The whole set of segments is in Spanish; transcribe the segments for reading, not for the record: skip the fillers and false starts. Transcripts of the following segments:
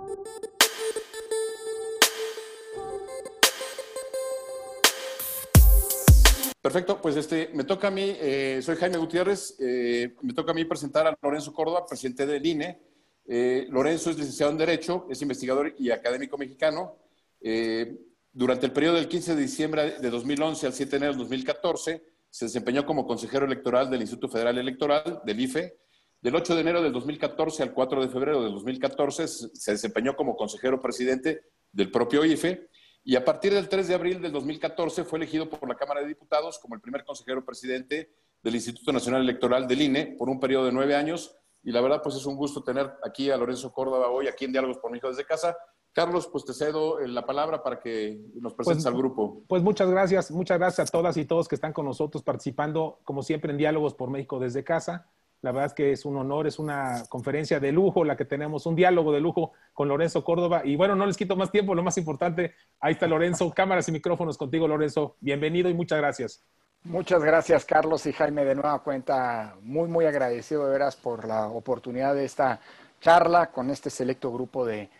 Perfecto, pues me toca a mí, soy Jaime Gutiérrez, me toca a mí presentar a Lorenzo Córdoba, presidente del INE. Lorenzo es licenciado en Derecho, es investigador y académico mexicano. Durante el periodo del 15 de diciembre de 2011 al 7 de enero de 2014, se desempeñó como consejero electoral del Instituto Federal Electoral, del IFE. Del 8 de enero del 2014 al 4 de febrero del 2014 se desempeñó como consejero presidente del propio IFE. Y a partir del 3 de abril del 2014 fue elegido por la Cámara de Diputados como el primer consejero presidente del Instituto Nacional Electoral del INE por un periodo de 9 años. Y la verdad, pues es un gusto tener aquí a Lorenzo Córdoba hoy, aquí en Diálogos por México desde casa. Carlos, pues te cedo la palabra para que nos presentes al grupo. Pues muchas gracias a todas y todos que están con nosotros participando, como siempre, en Diálogos por México desde casa. La verdad es que es un honor, es una conferencia de lujo la que tenemos, un diálogo de lujo con Lorenzo Córdoba. Y bueno, no les quito más tiempo, lo más importante, ahí está Lorenzo, cámaras y micrófonos contigo, Lorenzo. Bienvenido y muchas gracias. Muchas gracias, Carlos y Jaime, de nueva cuenta, muy agradecido de veras por la oportunidad de esta charla con este selecto grupo de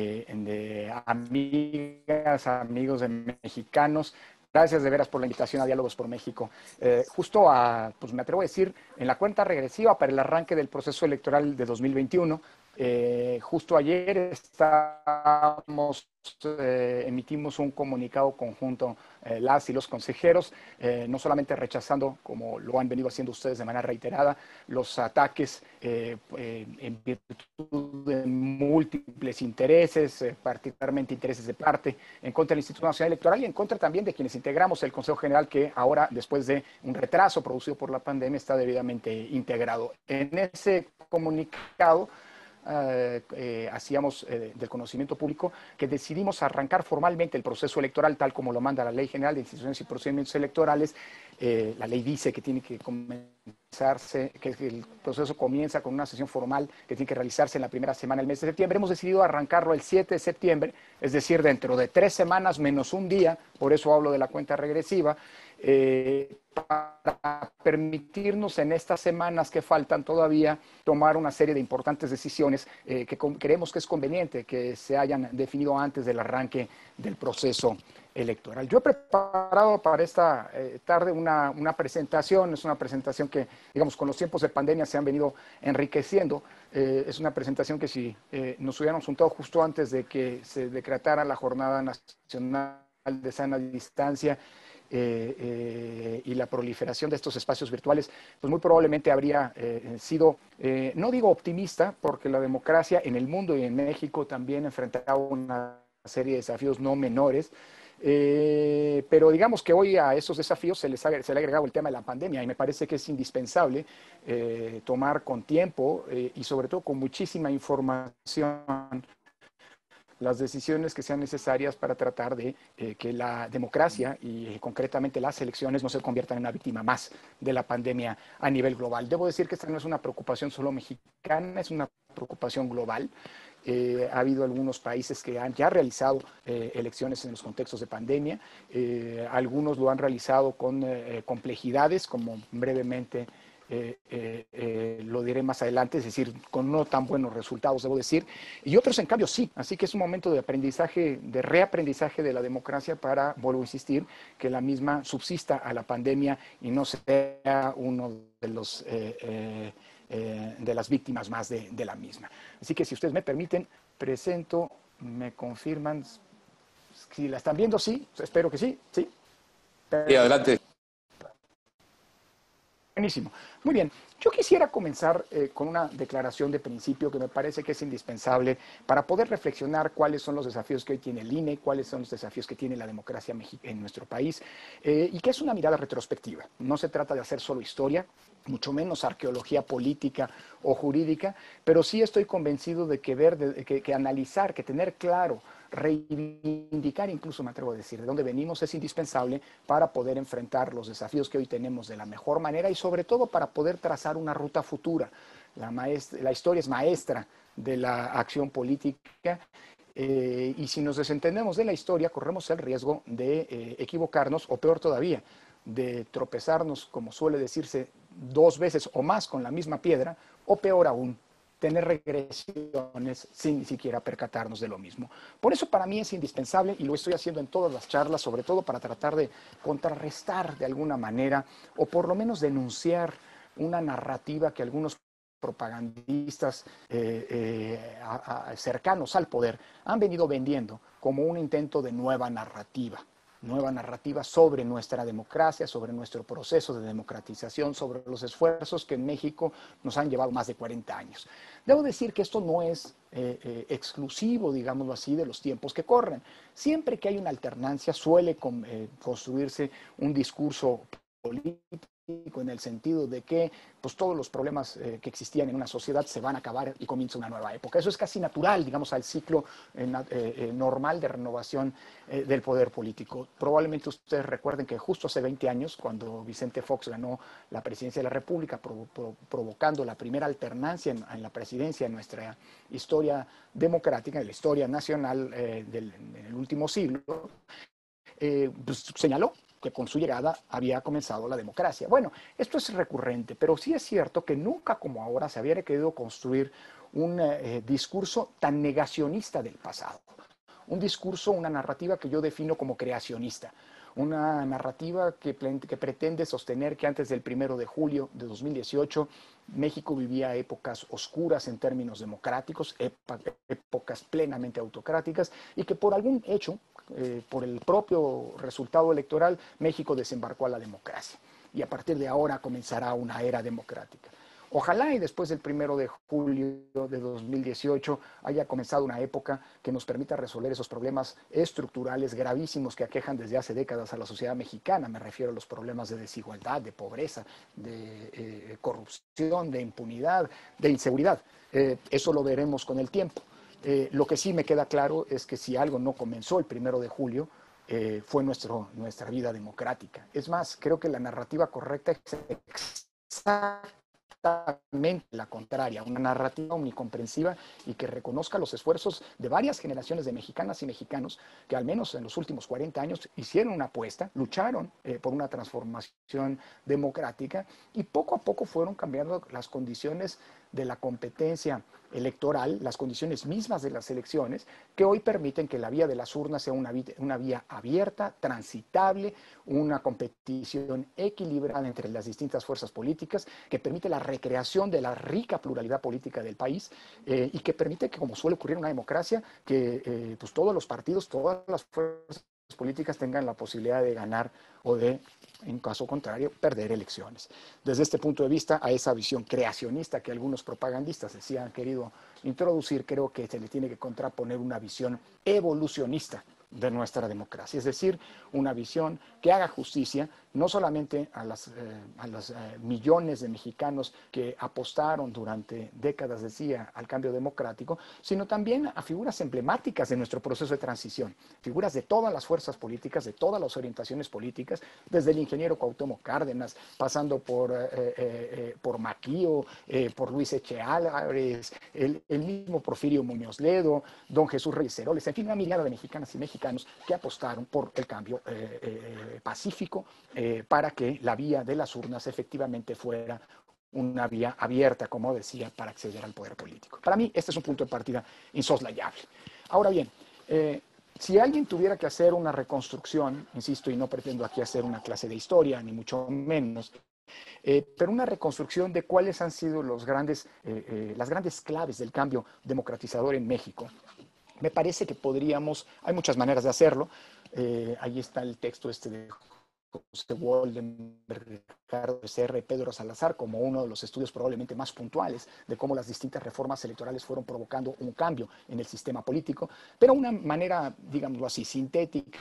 amigas, amigos de mexicanos. Gracias de veras por la invitación a Diálogos por México. Pues me atrevo a decir, en la cuenta regresiva para el arranque del proceso electoral de 2021, justo ayer emitimos un comunicado conjunto, las y los consejeros, no solamente rechazando, como lo han venido haciendo ustedes de manera reiterada, los ataques en virtud de múltiples intereses, particularmente intereses de parte, en contra del Instituto Nacional Electoral y en contra también de quienes integramos el Consejo General, que ahora, después de un retraso producido por la pandemia, está debidamente integrado. En ese comunicado hacíamos del conocimiento público que decidimos arrancar formalmente el proceso electoral tal como lo manda la Ley General de Instituciones y Procedimientos Electorales. La ley dice que tiene que comenzarse, que el proceso comienza con una sesión formal que tiene que realizarse en la primera semana del mes de septiembre. Hemos decidido arrancarlo el 7 de septiembre, es decir, dentro de 3 semanas menos un día, por eso hablo de la cuenta regresiva, para permitirnos en estas semanas que faltan todavía tomar una serie de importantes decisiones que creemos que es conveniente que se hayan definido antes del arranque del proceso electoral. Yo he preparado para esta tarde una presentación, es una presentación que, digamos, con los tiempos de pandemia se han venido enriqueciendo. Es una presentación que si nos hubiéramos juntado justo antes de que se decretara la Jornada Nacional de Sana Distancia, y la proliferación de estos espacios virtuales, pues muy probablemente habría sido, no digo optimista, porque la democracia en el mundo y en México también enfrentaba una serie de desafíos no menores, pero digamos que hoy a esos desafíos se le ha agregado el tema de la pandemia y me parece que es indispensable tomar con tiempo y sobre todo con muchísima información las decisiones que sean necesarias para tratar de que la democracia y concretamente las elecciones no se conviertan en una víctima más de la pandemia a nivel global. Debo decir que esta no es una preocupación solo mexicana, es una preocupación global. Ha habido algunos países que han ya realizado elecciones en los contextos de pandemia. Algunos lo han realizado con complejidades, como brevemente lo diré más adelante, es decir, con no tan buenos resultados, debo decir, y otros en cambio sí, así que es un momento de aprendizaje, de reaprendizaje de la democracia para, vuelvo a insistir, que la misma subsista a la pandemia y no sea uno de los de las víctimas más de la misma. Así que si ustedes me permiten, presento, me confirman si la están viendo, sí, espero que sí, sí. Sí, adelante. Buenísimo. Muy bien. Yo quisiera comenzar con una declaración de principio que me parece que es indispensable para poder reflexionar cuáles son los desafíos que hoy tiene el INE, cuáles son los desafíos que tiene la democracia en nuestro país y que es una mirada retrospectiva. No se trata de hacer solo historia, mucho menos arqueología política o jurídica, pero sí estoy convencido de que analizar, que tener claro, reivindicar, incluso me atrevo a decir, de dónde venimos es indispensable para poder enfrentar los desafíos que hoy tenemos de la mejor manera y sobre todo para poder trazar una ruta futura. La historia es maestra de la acción política y si nos desentendemos de la historia corremos el riesgo de equivocarnos o peor todavía, de tropezarnos, como suele decirse, 2 veces o más con la misma piedra o peor aún, tener regresiones sin ni siquiera percatarnos de lo mismo. Por eso para mí es indispensable, y lo estoy haciendo en todas las charlas, sobre todo para tratar de contrarrestar de alguna manera, o por lo menos denunciar una narrativa que algunos propagandistas cercanos al poder han venido vendiendo como un intento de nueva narrativa sobre nuestra democracia, sobre nuestro proceso de democratización, sobre los esfuerzos que en México nos han llevado más de 40 años. Debo decir que esto no es exclusivo, digámoslo así, de los tiempos que corren. Siempre que hay una alternancia suele construirse un discurso político en el sentido de que pues, todos los problemas que existían en una sociedad se van a acabar y comienza una nueva época. Eso es casi natural, digamos, al ciclo normal de renovación del poder político. Probablemente ustedes recuerden que justo hace 20 años, cuando Vicente Fox ganó la presidencia de la República, provocando la primera alternancia en la presidencia en nuestra historia democrática, en la historia nacional en el último siglo, pues, señaló que con su llegada había comenzado la democracia. Bueno, esto es recurrente, pero sí es cierto que nunca como ahora se había querido construir un discurso tan negacionista del pasado. Un discurso, una narrativa que yo defino como creacionista. Una narrativa que pretende sostener que antes del 1 de julio de 2018 México vivía épocas oscuras en términos democráticos, épocas plenamente autocráticas, y que por algún hecho, por el propio resultado electoral, México desembarcó a la democracia. Y a partir de ahora comenzará una era democrática. Ojalá y después del 1 de julio de 2018 haya comenzado una época que nos permita resolver esos problemas estructurales gravísimos que aquejan desde hace décadas a la sociedad mexicana. Me refiero a los problemas de desigualdad, de pobreza, de corrupción, de impunidad, de inseguridad. Eso lo veremos con el tiempo. Lo que sí me queda claro es que si algo no comenzó el 1 de julio, fue nuestra vida democrática. Es más, creo que la narrativa correcta es exactamente la contraria, una narrativa omnicomprensiva y que reconozca los esfuerzos de varias generaciones de mexicanas y mexicanos que al menos en los últimos 40 años hicieron una apuesta, lucharon por una transformación democrática y poco a poco fueron cambiando las condiciones de la competencia electoral, las condiciones mismas de las elecciones, que hoy permiten que la vía de las urnas sea una vía abierta, transitable, una competición equilibrada entre las distintas fuerzas políticas, que permite la recreación de la rica pluralidad política del país y que permite que, como suele ocurrir en una democracia, que pues todos los partidos, todas las fuerzas políticas tengan la posibilidad de ganar o de, en caso contrario, perder elecciones. Desde este punto de vista, a esa visión creacionista que algunos propagandistas sí han querido introducir, creo que se le tiene que contraponer una visión evolucionista de nuestra democracia, es decir, una visión que haga justicia no solamente a los millones de mexicanos que apostaron durante décadas, decía, al cambio democrático, sino también a figuras emblemáticas de nuestro proceso de transición, figuras de todas las fuerzas políticas, de todas las orientaciones políticas, desde el ingeniero Cuauhtémoc Cárdenas, pasando por Maquío, por Luis Echeálvarez, el mismo Porfirio Muñoz Ledo, don Jesús Reyes Heroles, en fin, una mirada de mexicanas y mexicanos que apostaron por el cambio pacífico para que la vía de las urnas efectivamente fuera una vía abierta, como decía, para acceder al poder político. Para mí, este es un punto de partida insoslayable. Ahora bien, si alguien tuviera que hacer una reconstrucción, insisto, y no pretendo aquí hacer una clase de historia, ni mucho menos, pero una reconstrucción de cuáles han sido las grandes claves del cambio democratizador en México, me parece que hay muchas maneras de hacerlo. Ahí está el texto de José Woldenberg, Ricardo Becerra y Pedro Salazar como uno de los estudios probablemente más puntuales de cómo las distintas reformas electorales fueron provocando un cambio en el sistema político, pero una manera, digámoslo así, sintética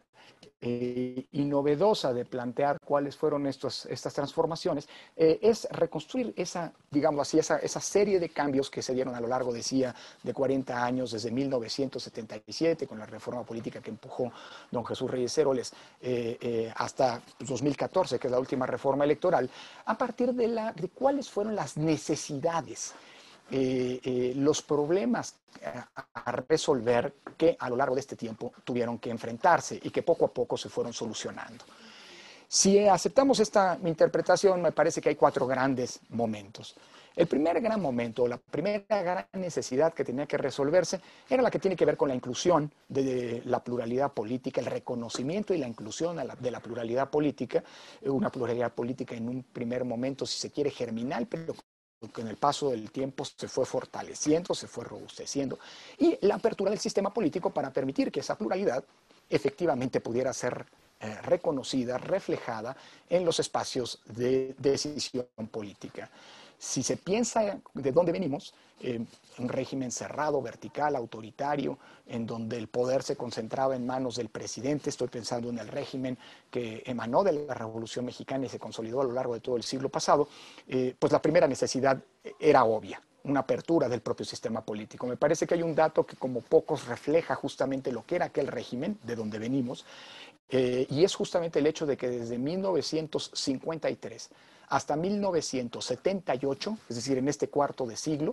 y novedosa de plantear cuáles fueron estas transformaciones, es reconstruir digamos así, esa serie de cambios que se dieron a lo largo, decía, de 40 años, desde 1977, con la reforma política que empujó don Jesús Reyes Heroles, hasta 2014, que es la última reforma electoral, a partir de cuáles fueron las necesidades, los problemas a resolver que a lo largo de este tiempo tuvieron que enfrentarse y que poco a poco se fueron solucionando. Si aceptamos esta interpretación, me parece que hay 4 grandes momentos. El primer gran momento, la primera gran necesidad que tenía que resolverse era la que tiene que ver con la inclusión de la pluralidad política, el reconocimiento y la inclusión de la pluralidad política, una pluralidad política en un primer momento, si se quiere, germinal, pero que en el paso del tiempo se fue fortaleciendo, se fue robusteciendo, y la apertura del sistema político para permitir que esa pluralidad efectivamente pudiera ser reconocida, reflejada en los espacios de decisión política. Si se piensa de dónde venimos, un régimen cerrado, vertical, autoritario, en donde el poder se concentraba en manos del presidente, estoy pensando en el régimen que emanó de la Revolución Mexicana y se consolidó a lo largo de todo el siglo pasado, pues la primera necesidad era obvia, una apertura del propio sistema político. Me parece que hay un dato que como pocos refleja justamente lo que era aquel régimen, de donde venimos, y es justamente el hecho de que desde 1953 hasta 1978, es decir, en este cuarto de siglo,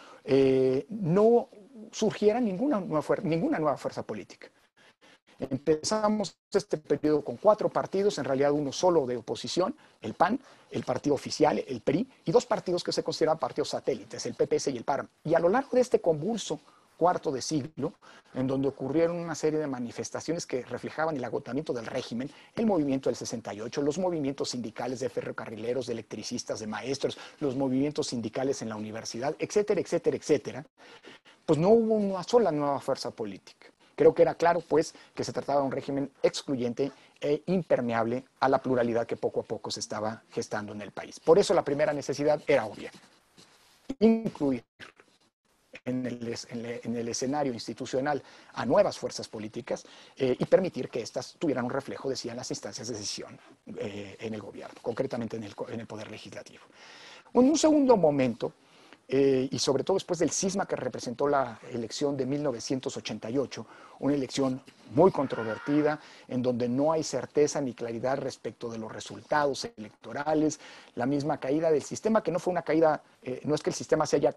no surgiera ninguna nueva fuerza política. Empezamos este periodo con 4 partidos, en realidad uno solo de oposición, el PAN, el partido oficial, el PRI, y 2 partidos que se consideran partidos satélites, el PPS y el PARM. Y a lo largo de este convulso cuarto de siglo, en donde ocurrieron una serie de manifestaciones que reflejaban el agotamiento del régimen, el movimiento del 68, los movimientos sindicales de ferrocarrileros, de electricistas, de maestros, los movimientos sindicales en la universidad, etcétera, etcétera, etcétera, pues no hubo una sola nueva fuerza política. Creo que era claro, pues, que se trataba de un régimen excluyente e impermeable a la pluralidad que poco a poco se estaba gestando en el país. Por eso la primera necesidad era obvia: incluir en el escenario institucional a nuevas fuerzas políticas y permitir que éstas tuvieran un reflejo, decía, en las instancias de decisión en el gobierno, concretamente en el Poder Legislativo. En un segundo momento, y sobre todo después del cisma que representó la elección de 1988, una elección muy controvertida, en donde no hay certeza ni claridad respecto de los resultados electorales, la misma caída del sistema, que no fue una caída, no es que el sistema se haya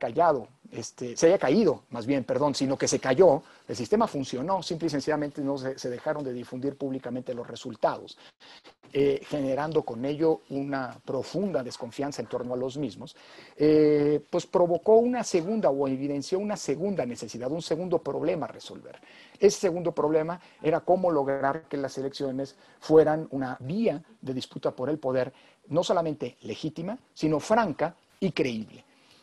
caído, más bien, perdón, sino que se cayó, el sistema funcionó, simple y sencillamente no se dejaron de difundir públicamente los resultados. Generando con ello una profunda desconfianza en torno a los mismos, pues provocó una segunda o evidenció una segunda necesidad, un segundo problema a resolver. Ese segundo problema era cómo lograr que las elecciones fueran una vía de disputa por el poder, no solamente legítima, sino franca y creíble.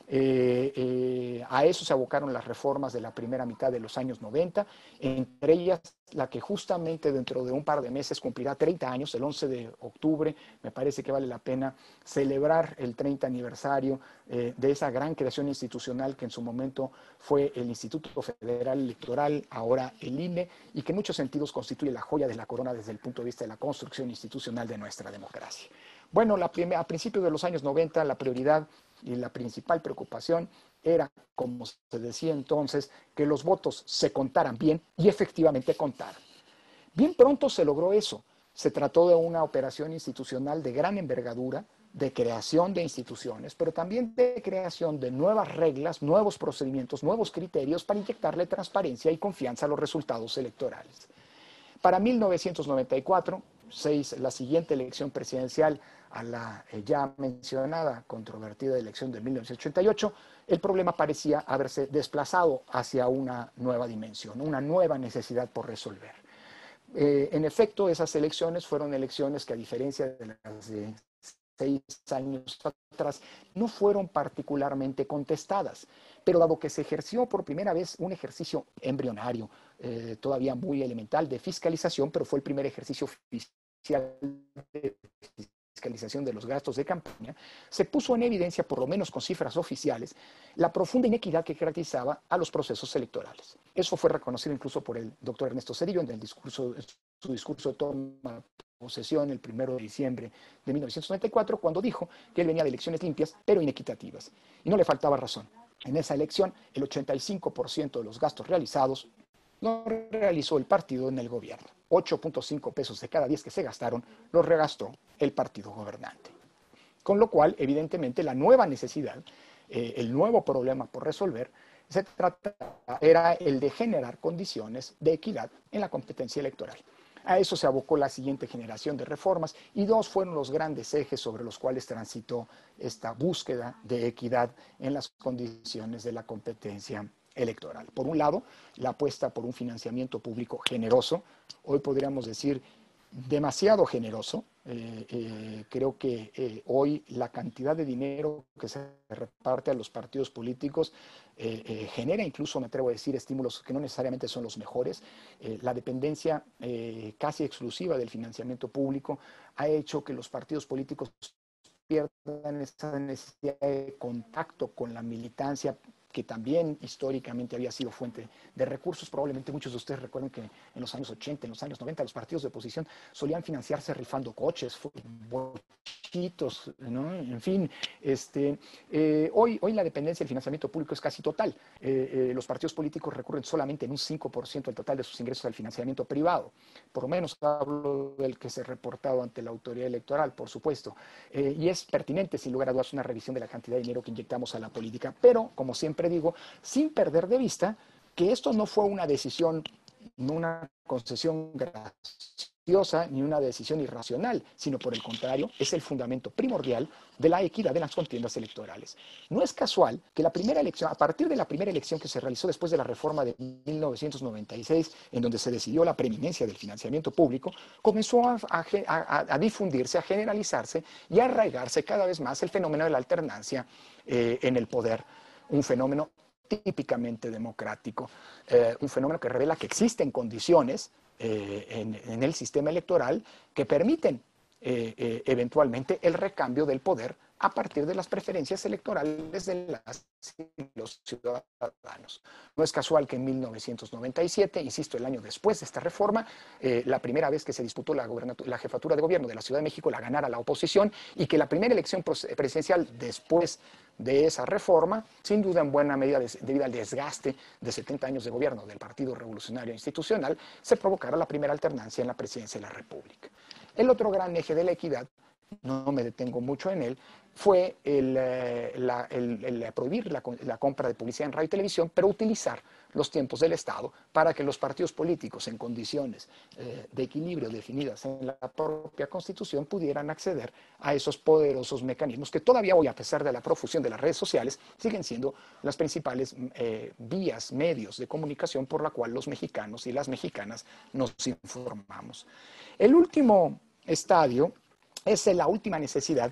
A eso se abocaron las reformas de la primera mitad de los años 90, entre ellas la que justamente dentro de un par de meses cumplirá 30 años, el 11 de octubre. Me parece que vale la pena celebrar el 30 aniversario de esa gran creación institucional que en su momento fue el Instituto Federal Electoral, ahora el INE, y que en muchos sentidos constituye la joya de la corona desde el punto de vista de la construcción institucional de nuestra democracia. Bueno, a principios de los años 90 la prioridad y la principal preocupación era, como se decía entonces, que los votos se contaran bien y efectivamente contaran. Bien pronto se logró eso. Se trató de una operación institucional de gran envergadura, de creación de instituciones, pero también de creación de nuevas reglas, nuevos procedimientos, nuevos criterios para inyectarle transparencia y confianza a los resultados electorales. Para 1994, la siguiente elección presidencial a la ya mencionada controvertida elección de 1988, el problema parecía haberse desplazado hacia una nueva dimensión, una nueva necesidad por resolver. En efecto, esas elecciones fueron elecciones que, a diferencia de las de 6 años atrás, no fueron particularmente contestadas, pero dado que se ejerció por primera vez un ejercicio embrionario, todavía muy elemental de fiscalización, pero fue el primer ejercicio oficial de fiscalización de los gastos de campaña, se puso en evidencia, por lo menos con cifras oficiales, la profunda inequidad que caracterizaba a los procesos electorales. Eso fue reconocido incluso por el doctor Ernesto Zedillo en su discurso de toma de posesión el 1 de diciembre de 1994, cuando dijo que él venía de elecciones limpias, pero inequitativas. Y no le faltaba razón. En esa elección, el 85% de los gastos realizados lo realizó el partido en el gobierno. 8.5 pesos de cada 10 que se gastaron los regastó el partido gobernante. Con lo cual, evidentemente, la nueva necesidad, el nuevo problema por resolver, era el de generar condiciones de equidad en la competencia electoral. A eso se abocó la siguiente generación de reformas y dos fueron los grandes ejes sobre los cuales transitó esta búsqueda de equidad en las condiciones de la competencia electoral. Por un lado, la apuesta por un financiamiento público generoso, hoy podríamos decir demasiado generoso. Creo que hoy la cantidad de dinero que se reparte a los partidos políticos genera incluso, me atrevo a decir, estímulos que no necesariamente son los mejores. La dependencia casi exclusiva del financiamiento público ha hecho que los partidos políticos pierdan esa necesidad de contacto con la militancia que también históricamente había sido fuente de recursos. Probablemente muchos de ustedes recuerden que en los años 80, en los años 90, los partidos de oposición solían financiarse rifando coches, bochitos, ¿no? En fin, hoy la dependencia del financiamiento público es casi total. Los partidos políticos recurren solamente en un 5% del total de sus ingresos al financiamiento privado. Por lo menos hablo del que se ha reportado ante la autoridad electoral, por supuesto. Y es pertinente, sin lugar a dudas, una revisión de la cantidad de dinero que inyectamos a la política, pero, como siempre digo, sin perder de vista que esto no fue una decisión, no una concesión graciosa ni una decisión irracional, sino por el contrario, es el fundamento primordial de la equidad de las contiendas electorales. No es casual que la primera elección, a partir de la primera elección que se realizó después de la reforma de 1996, en donde se decidió la preeminencia del financiamiento público, comenzó a difundirse, a generalizarse y a arraigarse cada vez más el fenómeno de la alternancia en el poder. Un fenómeno típicamente democrático, un fenómeno que revela que existen condiciones en el sistema electoral que permiten eventualmente el recambio del poder a partir de las preferencias electorales de los ciudadanos. No es casual que en 1997, insisto, el año después de esta reforma, la primera vez que se disputó la jefatura de gobierno de la Ciudad de México la ganara la oposición y que la primera elección presidencial después de esa reforma, sin duda en buena medida debido al desgaste de 70 años de gobierno del Partido Revolucionario Institucional, se provocara la primera alternancia en la presidencia de la República. El otro gran eje de la equidad, no me detengo mucho en él, fue el prohibir la compra de publicidad en radio y televisión, pero utilizar los tiempos del Estado para que los partidos políticos en condiciones de equilibrio definidas en la propia Constitución pudieran acceder a esos poderosos mecanismos que todavía hoy, a pesar de la profusión de las redes sociales, siguen siendo las principales vías, medios de comunicación por la cual los mexicanos y las mexicanas nos informamos. El último estadio es la última necesidad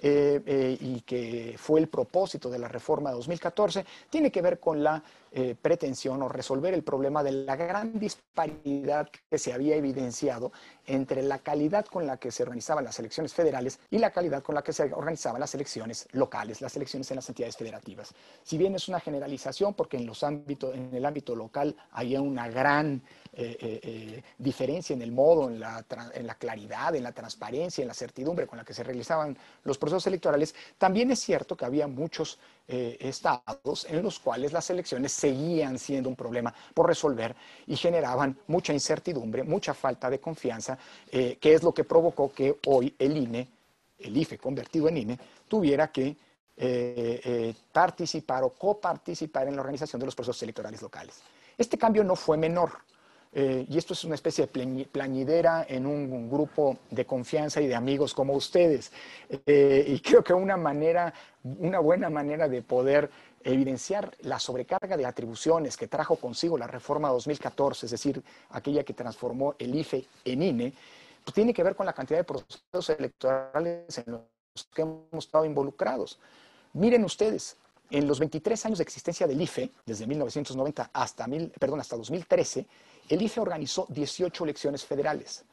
y que fue el propósito de la reforma de 2014, tiene que ver con la pretensión o resolver el problema de la gran disparidad que se había evidenciado entre la calidad con la que se organizaban las elecciones federales y la calidad con la que se organizaban las elecciones locales, las elecciones en las entidades federativas. Si bien es una generalización, porque en el ámbito local había una gran diferencia en el modo, en la claridad, en la transparencia, en la certidumbre con la que se realizaban los procesos electorales, también es cierto que había muchos estados en los cuales las elecciones seguían siendo un problema por resolver y generaban mucha incertidumbre, mucha falta de confianza, que es lo que provocó que hoy el INE, el IFE convertido en INE, tuviera que participar o coparticipar en la organización de los procesos electorales locales. Este cambio no fue menor. Y esto es una especie de plañidera en un grupo de confianza y de amigos como ustedes. Y creo que una buena manera de poder evidenciar la sobrecarga de atribuciones que trajo consigo la reforma 2014, es decir, aquella que transformó el IFE en INE, pues tiene que ver con la cantidad de procesos electorales en los que hemos estado involucrados. Miren ustedes, en los 23 años de existencia del IFE, desde 1990 hasta 2013, el IFE organizó 18 elecciones federales.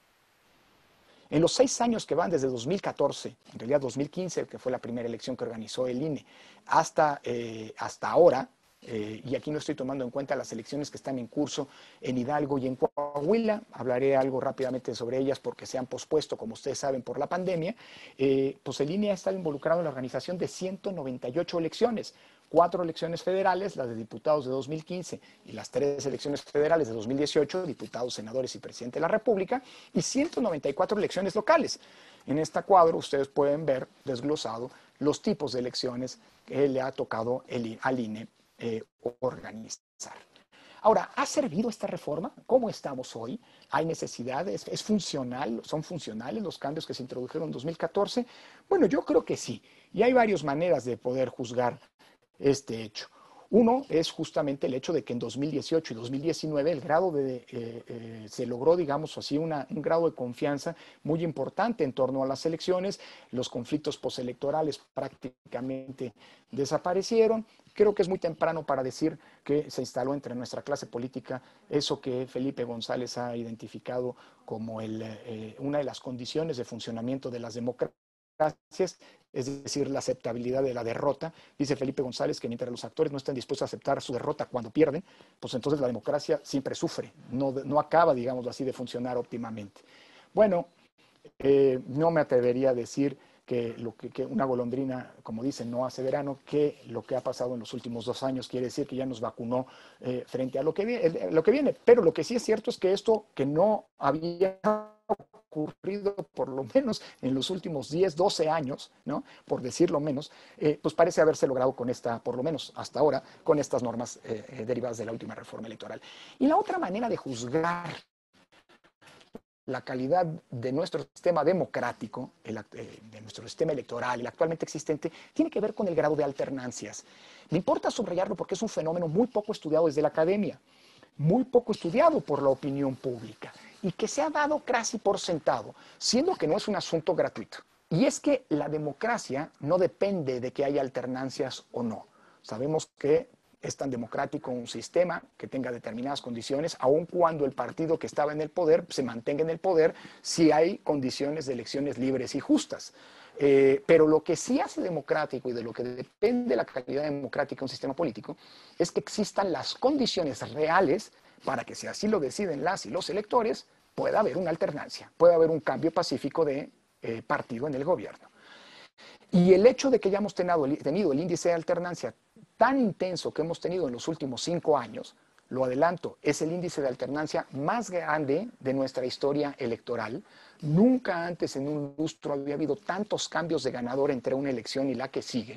En los 6 años que van desde 2014, en realidad 2015, que fue la primera elección que organizó el INE, hasta ahora, y aquí no estoy tomando en cuenta las elecciones que están en curso en Hidalgo y en Coahuila, hablaré algo rápidamente sobre ellas porque se han pospuesto, como ustedes saben, por la pandemia, pues el INE ha estado involucrado en la organización de 198 elecciones, 4 elecciones federales, las de diputados de 2015 y las 3 elecciones federales de 2018, diputados, senadores y presidente de la República, y 194 elecciones locales. En este cuadro ustedes pueden ver desglosado los tipos de elecciones que le ha tocado al INE organizar. Ahora, ¿ha servido esta reforma? ¿Cómo estamos hoy? ¿Hay necesidades? ¿Es funcional? ¿Son funcionales los cambios que se introdujeron en 2014? Bueno, yo creo que sí. Y hay varias maneras de poder juzgar este hecho. Uno es justamente el hecho de que en 2018 y 2019 el grado se logró, digamos así, un grado de confianza muy importante en torno a las elecciones. Los conflictos postelectorales prácticamente desaparecieron. Creo que es muy temprano para decir que se instaló entre nuestra clase política eso que Felipe González ha identificado como una de las condiciones de funcionamiento de las democracias, es decir, la aceptabilidad de la derrota. Dice Felipe González que mientras los actores no estén dispuestos a aceptar su derrota cuando pierden, pues entonces la democracia siempre sufre, no acaba, digamos así, de funcionar óptimamente. Bueno, no me atrevería a decir que una golondrina, como dicen, no hace verano, que lo que ha pasado en los últimos 2 años quiere decir que ya nos vacunó frente a lo que viene. Pero lo que sí es cierto es que esto que no había ocurrido por lo menos en los últimos 10, 12 años, ¿no? Por decirlo menos, pues parece haberse logrado con por lo menos hasta ahora, con estas normas derivadas de la última reforma electoral. Y la otra manera de juzgar la calidad de nuestro sistema democrático, de nuestro sistema electoral, el actualmente existente, tiene que ver con el grado de alternancias. Me importa subrayarlo porque es un fenómeno muy poco estudiado desde la academia, muy poco estudiado por la opinión pública y que se ha dado casi por sentado, siendo que no es un asunto gratuito. Y es que la democracia no depende de que haya alternancias o no. Sabemos que es tan democrático un sistema que tenga determinadas condiciones, aun cuando el partido que estaba en el poder se mantenga en el poder, si hay condiciones de elecciones libres y justas. Pero lo que sí hace democrático y de lo que depende la calidad democrática de un sistema político es que existan las condiciones reales para que, si así lo deciden las y los electores, pueda haber una alternancia, pueda haber un cambio pacífico de partido en el gobierno. Y el hecho de que hayamos tenido el índice de alternancia tan intenso que hemos tenido en los últimos 5 años, lo adelanto, es el índice de alternancia más grande de nuestra historia electoral. Nunca antes en un lustro había habido tantos cambios de ganador entre una elección y la que sigue.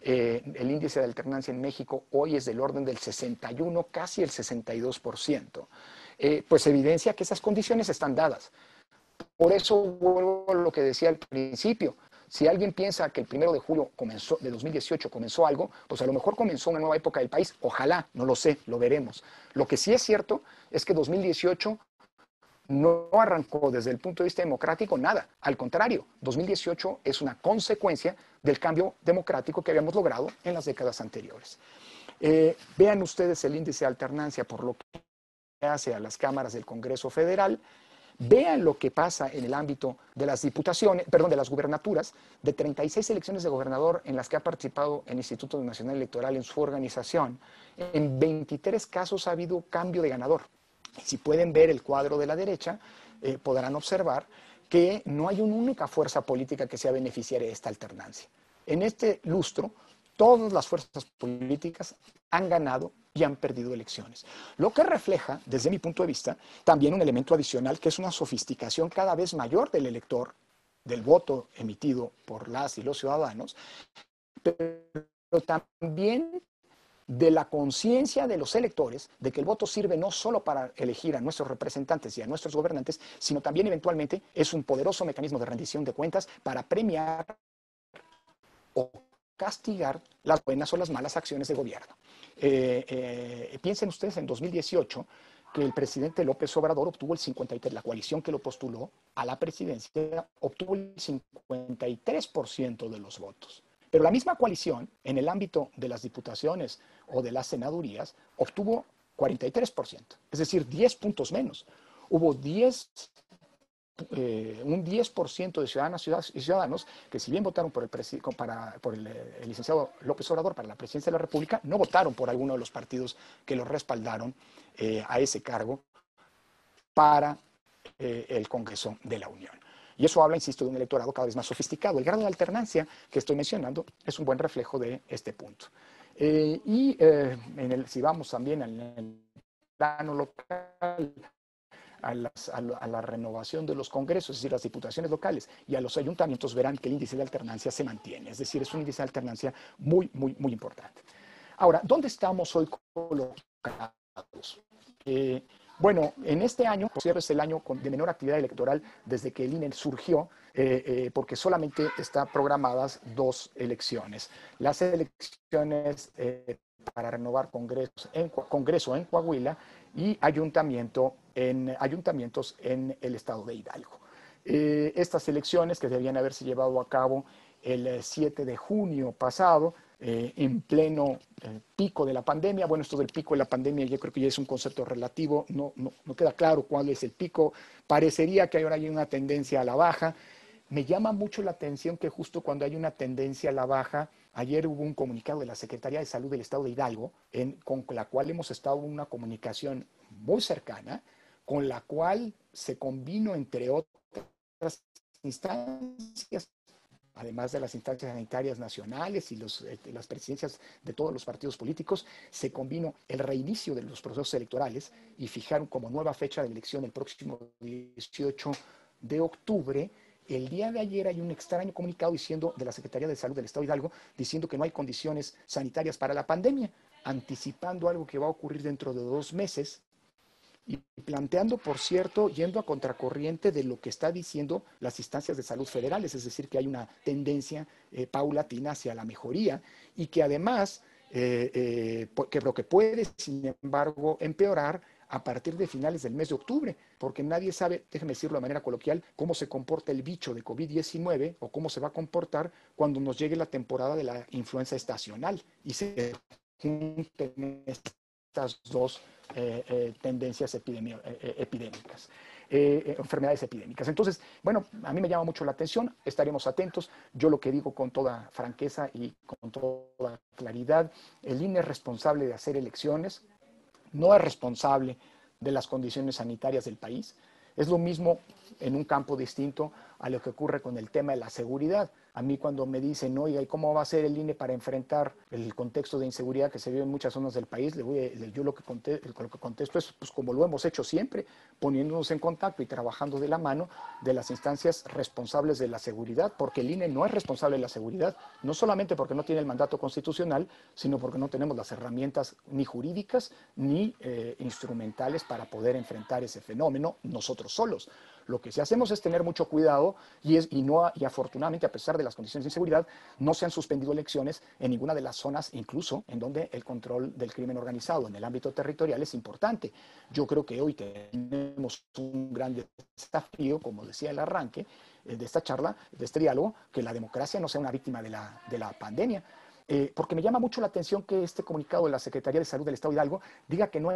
El índice de alternancia en México hoy es del orden del 61, casi el 62%. Pues evidencia que esas condiciones están dadas. Por eso vuelvo a lo que decía al principio. Si alguien piensa que el 1 de julio de 2018 comenzó algo, pues a lo mejor comenzó una nueva época del país. Ojalá, no lo sé, lo veremos. Lo que sí es cierto es que 2018 no arrancó desde el punto de vista democrático nada. Al contrario, 2018 es una consecuencia del cambio democrático que habíamos logrado en las décadas anteriores. Vean ustedes el índice de alternancia por lo que hace a las cámaras del Congreso Federal. Vean lo que pasa en el ámbito de las diputaciones, perdón, de las gubernaturas, de 36 elecciones de gobernador en las que ha participado el Instituto Nacional Electoral en su organización. En 23 casos ha habido cambio de ganador. Si pueden ver el cuadro de la derecha, podrán observar que no hay una única fuerza política que sea beneficiaria de esta alternancia. En este lustro, todas las fuerzas políticas han ganado y han perdido elecciones. Lo que refleja, desde mi punto de vista, también un elemento adicional que es una sofisticación cada vez mayor del elector, del voto emitido por las y los ciudadanos, pero también de la conciencia de los electores de que el voto sirve no solo para elegir a nuestros representantes y a nuestros gobernantes, sino también eventualmente es un poderoso mecanismo de rendición de cuentas para premiar o castigar las buenas o las malas acciones de gobierno. Piensen ustedes en 2018 que el presidente López Obrador obtuvo el 53%, la coalición que lo postuló a la presidencia obtuvo el 53% de los votos. Pero la misma coalición, en el ámbito de las diputaciones o de las senadurías, obtuvo 43%, es decir, 10 puntos menos. Hubo un 10% de ciudadanas y ciudadanos que, si bien votaron por el licenciado López Obrador para la presidencia de la República, no votaron por alguno de los partidos que lo respaldaron a ese cargo para el Congreso de la Unión. Y eso habla, insisto, de un electorado cada vez más sofisticado. El grado de alternancia que estoy mencionando es un buen reflejo de este punto. Si vamos también en el plano local, a la renovación de los congresos, es decir, las diputaciones locales y a los ayuntamientos, verán que el índice de alternancia se mantiene. Es decir, es un índice de alternancia muy, muy, muy importante. Ahora, ¿dónde estamos hoy colocados? Bueno, en este año, por cierto, es el año de menor actividad electoral desde que el INE surgió, porque solamente están programadas 2 elecciones. Las elecciones para renovar Congreso en Coahuila y ayuntamientos en el estado de Hidalgo. Estas elecciones que debían haberse llevado a cabo el 7 de junio pasado, en pleno pico de la pandemia. Bueno, esto del pico de la pandemia yo creo que ya es un concepto relativo, no queda claro cuál es el pico. Parecería que ahora hay una tendencia a la baja. Me llama mucho la atención que justo cuando hay una tendencia a la baja, ayer hubo un comunicado de la Secretaría de Salud del Estado de Hidalgo, con la cual hemos estado en una comunicación muy cercana, con la cual se combinó, entre otras instancias, además de las instancias sanitarias nacionales y las presidencias de todos los partidos políticos, se combinó el reinicio de los procesos electorales y fijaron como nueva fecha de elección el próximo 18 de octubre. El día de ayer hay un extraño comunicado de la Secretaría de Salud del Estado de Hidalgo diciendo que no hay condiciones sanitarias para la pandemia, anticipando algo que va a ocurrir dentro de 2 meses. Y planteando, por cierto, yendo a contracorriente de lo que está diciendo las instancias de salud federales, es decir, que hay una tendencia paulatina hacia la mejoría y que además, que lo que puede, sin embargo, empeorar a partir de finales del mes de octubre, porque nadie sabe, déjeme decirlo de manera coloquial, cómo se comporta el bicho de COVID-19 o cómo se va a comportar cuando nos llegue la temporada de la influenza estacional y se junten estas 2 tendencias epidémicas, enfermedades epidémicas. Entonces, bueno, a mí me llama mucho la atención, estaremos atentos. Yo lo que digo con toda franqueza y con toda claridad, el INE es responsable de hacer elecciones, no es responsable de las condiciones sanitarias del país. Es lo mismo en un campo distinto a lo que ocurre con el tema de la seguridad. A mí cuando me dicen, oiga, ¿y cómo va a ser el INE para enfrentar el contexto de inseguridad que se vive en muchas zonas del país? Yo lo que contesto es, pues como lo hemos hecho siempre, poniéndonos en contacto y trabajando de la mano de las instancias responsables de la seguridad, porque el INE no es responsable de la seguridad, no solamente porque no tiene el mandato constitucional, sino porque no tenemos las herramientas ni jurídicas ni instrumentales para poder enfrentar ese fenómeno nosotros solos. Lo que sí hacemos es tener mucho cuidado y afortunadamente, a pesar de las condiciones de inseguridad, no se han suspendido elecciones en ninguna de las zonas, incluso en donde el control del crimen organizado en el ámbito territorial es importante. Yo creo que hoy tenemos un gran desafío, como decía el arranque de esta charla, de este diálogo, que la democracia no sea una víctima de la pandemia. Porque me llama mucho la atención que este comunicado de la Secretaría de Salud del Estado de Hidalgo diga que no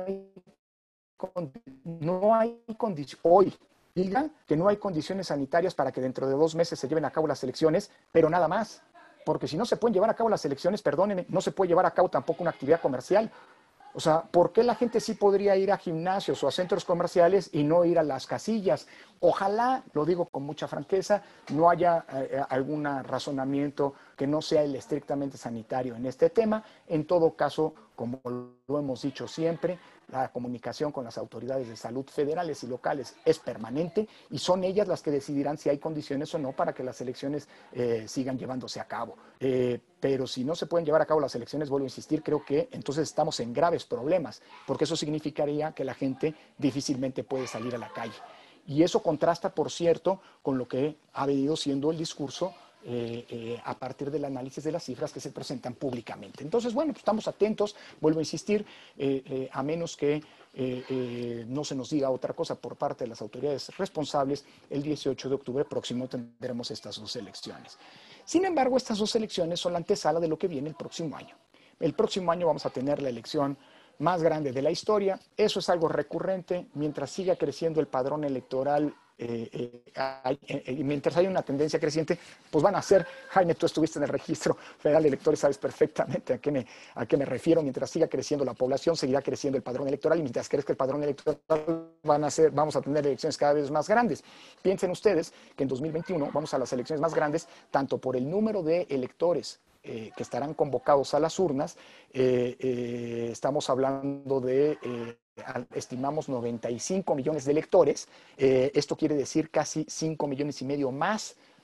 hay condiciones hoy. Diga que no hay condiciones sanitarias para que dentro de 2 meses se lleven a cabo las elecciones, pero nada más. Porque si no se pueden llevar a cabo las elecciones, perdónenme, no se puede llevar a cabo tampoco una actividad comercial. O sea, ¿por qué la gente sí podría ir a gimnasios o a centros comerciales y no ir a las casillas? Ojalá, lo digo con mucha franqueza, no haya algún razonamiento que no sea el estrictamente sanitario en este tema. En todo caso, como lo hemos dicho siempre, la comunicación con las autoridades de salud federales y locales es permanente y son ellas las que decidirán si hay condiciones o no para que las elecciones sigan llevándose a cabo. Pero si no se pueden llevar a cabo las elecciones, vuelvo a insistir, creo que entonces estamos en graves problemas, porque eso significaría que la gente difícilmente puede salir a la calle. Y eso contrasta, por cierto, con lo que ha venido siendo el discurso a partir del análisis de las cifras que se presentan públicamente. Entonces, bueno, pues estamos atentos, vuelvo a insistir, a menos que no se nos diga otra cosa por parte de las autoridades responsables, el 18 de octubre próximo tendremos estas 2 elecciones. Sin embargo, estas 2 elecciones son la antesala de lo que viene el próximo año. El próximo año vamos a tener la elección más grande de la historia. Eso es algo recurrente. Mientras siga creciendo el padrón electoral, mientras hay una tendencia creciente, pues van a ser, Jaime, tú estuviste en el Registro Federal de Electores, sabes perfectamente a qué me refiero. Mientras siga creciendo la población, seguirá creciendo el padrón electoral, y mientras crezca el padrón electoral, vamos a tener elecciones cada vez más grandes. Piensen ustedes que en 2021 vamos a las elecciones más grandes, tanto por el número de electores que estarán convocados a las urnas. Estamos hablando de, estimamos, 95 millones de electores. Esto quiere decir casi 5,5 millones más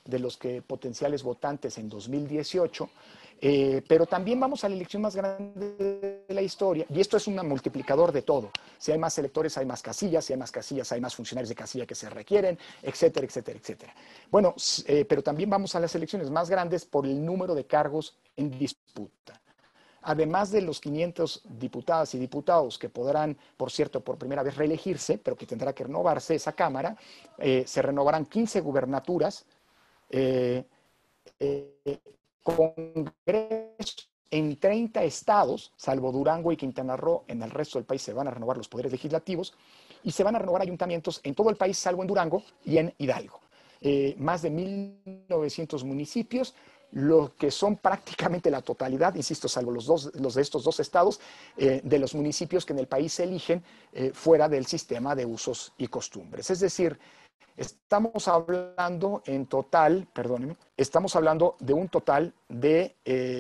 de los que potenciales votantes en 2018. Pero también vamos a la elección más grande de la historia, y esto es un multiplicador de todo. Si hay más electores, hay más casillas, si hay más casillas, hay más funcionarios de casilla que se requieren, etcétera, etcétera, etcétera. Bueno, pero también vamos a las elecciones más grandes por el número de cargos en disputa. Además de los 500 diputadas y diputados que podrán, por cierto, por primera vez reelegirse, pero que tendrá que renovarse esa Cámara, se renovarán 15 gubernaturas, congresos en 30 estados, salvo Durango y Quintana Roo. En el resto del país se van a renovar los poderes legislativos y se van a renovar ayuntamientos en todo el país, salvo en Durango y en Hidalgo. Más de 1.900 municipios, lo que son prácticamente la totalidad, insisto, salvo los de estos dos estados, de los municipios que en el país se eligen fuera del sistema de usos y costumbres. Es decir, estamos hablando en total, perdónenme, estamos hablando de un total de,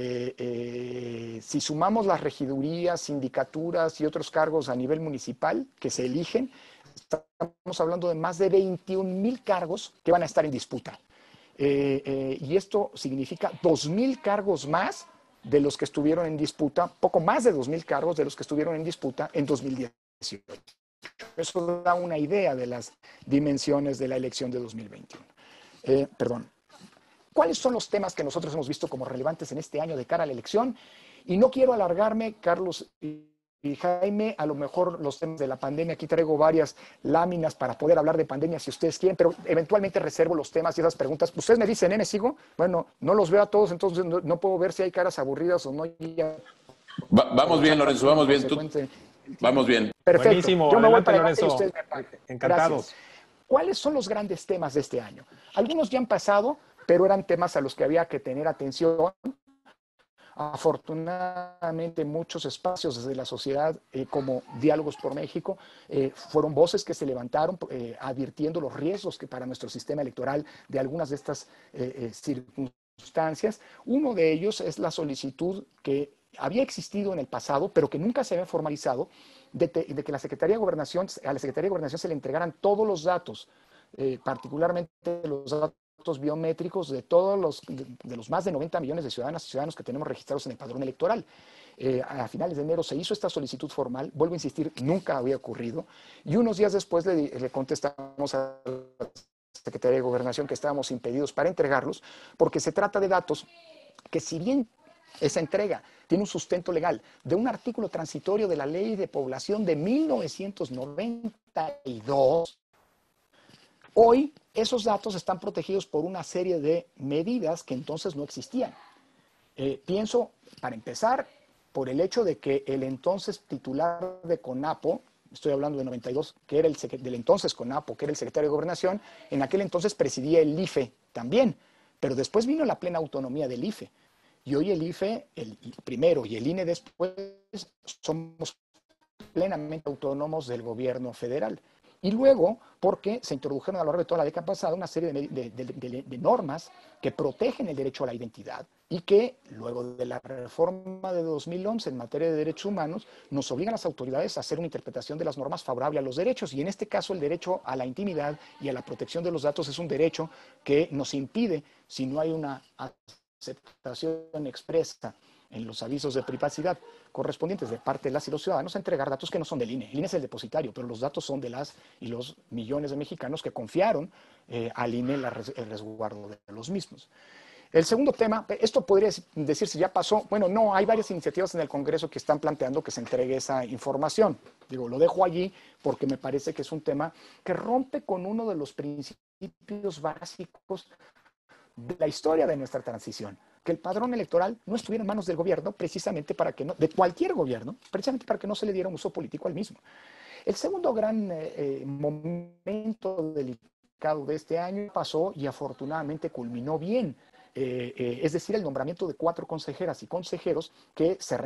si sumamos las regidurías, sindicaturas y otros cargos a nivel municipal que se eligen, estamos hablando de más de 21,000 cargos que van a estar en disputa. Y esto significa 2,000 cargos más de los que estuvieron en disputa, poco más de 2,000 cargos de los que estuvieron en disputa en 2018. Eso da una idea de las dimensiones de la elección de 2021. Perdón. ¿Cuáles son los temas que nosotros hemos visto como relevantes en este año de cara a la elección? Y no quiero alargarme, Carlos y Jaime, a lo mejor los temas de la pandemia. Aquí traigo varias láminas para poder hablar de pandemia si ustedes quieren, pero eventualmente reservo los temas y esas preguntas. Ustedes me dicen, ¿me sigo? Bueno, no los veo a todos, entonces no puedo ver si hay caras aburridas o no. Vamos bien, Lorenzo, vamos bien. Vamos bien. Perfecto. Buenísimo. Yo me voy Adelante, para Lorenzo. y ustedes me pagan. Encantados. Gracias. ¿Cuáles son los grandes temas de este año? Algunos ya han pasado, pero eran temas a los que había que tener atención. Afortunadamente, muchos espacios desde la sociedad, como Diálogos por México, fueron voces que se levantaron advirtiendo los riesgos que para nuestro sistema electoral de algunas de estas circunstancias. Uno de ellos es la solicitud que había existido en el pasado, pero que nunca se había formalizado, de que la Secretaría de Gobernación, a la Secretaría de Gobernación se le entregaran todos los datos, particularmente los datos biométricos de todos los más de 90 millones de ciudadanas y ciudadanos que tenemos registrados en el padrón electoral. A finales de enero se hizo esta solicitud formal, vuelvo a insistir, nunca había ocurrido, y unos días después le contestamos a la Secretaría de Gobernación que estábamos impedidos para entregarlos, porque se trata de datos que, si bien esa entrega tiene un sustento legal de un artículo transitorio de la Ley de Población de 1992, hoy esos datos están protegidos por una serie de medidas que entonces no existían. Pienso, para empezar, por el hecho de que el entonces titular de CONAPO, estoy hablando de 92, que era del entonces CONAPO, que era el secretario de Gobernación, en aquel entonces presidía el IFE también, pero después vino la plena autonomía del IFE. Y hoy el IFE, el primero, y el INE después, somos plenamente autónomos del gobierno federal. Y luego, porque se introdujeron a lo largo de toda la década pasada una serie de normas que protegen el derecho a la identidad y que, luego de la reforma de 2011 en materia de derechos humanos, nos obligan a las autoridades a hacer una interpretación de las normas favorable a los derechos. Y en este caso, el derecho a la intimidad y a la protección de los datos es un derecho que nos impide, si no hay una aceptación expresa en los avisos de privacidad correspondientes de parte de las y los ciudadanos, a entregar datos que no son del INE. El INE es el depositario, pero los datos son de las y los millones de mexicanos que confiaron al INE el resguardo de los mismos. El segundo tema, esto podría decir si ya pasó. Bueno, no, hay varias iniciativas en el Congreso que están planteando que se entregue esa información. Digo, lo dejo allí porque me parece que es un tema que rompe con uno de los principios básicos de la historia de nuestra transición, que el padrón electoral no estuviera en manos del gobierno, precisamente para que no, de cualquier gobierno, precisamente para que no se le diera un uso político al mismo. El segundo gran momento delicado de este año pasó y afortunadamente culminó bien. Es decir, el nombramiento de 4 consejeras y consejeros que se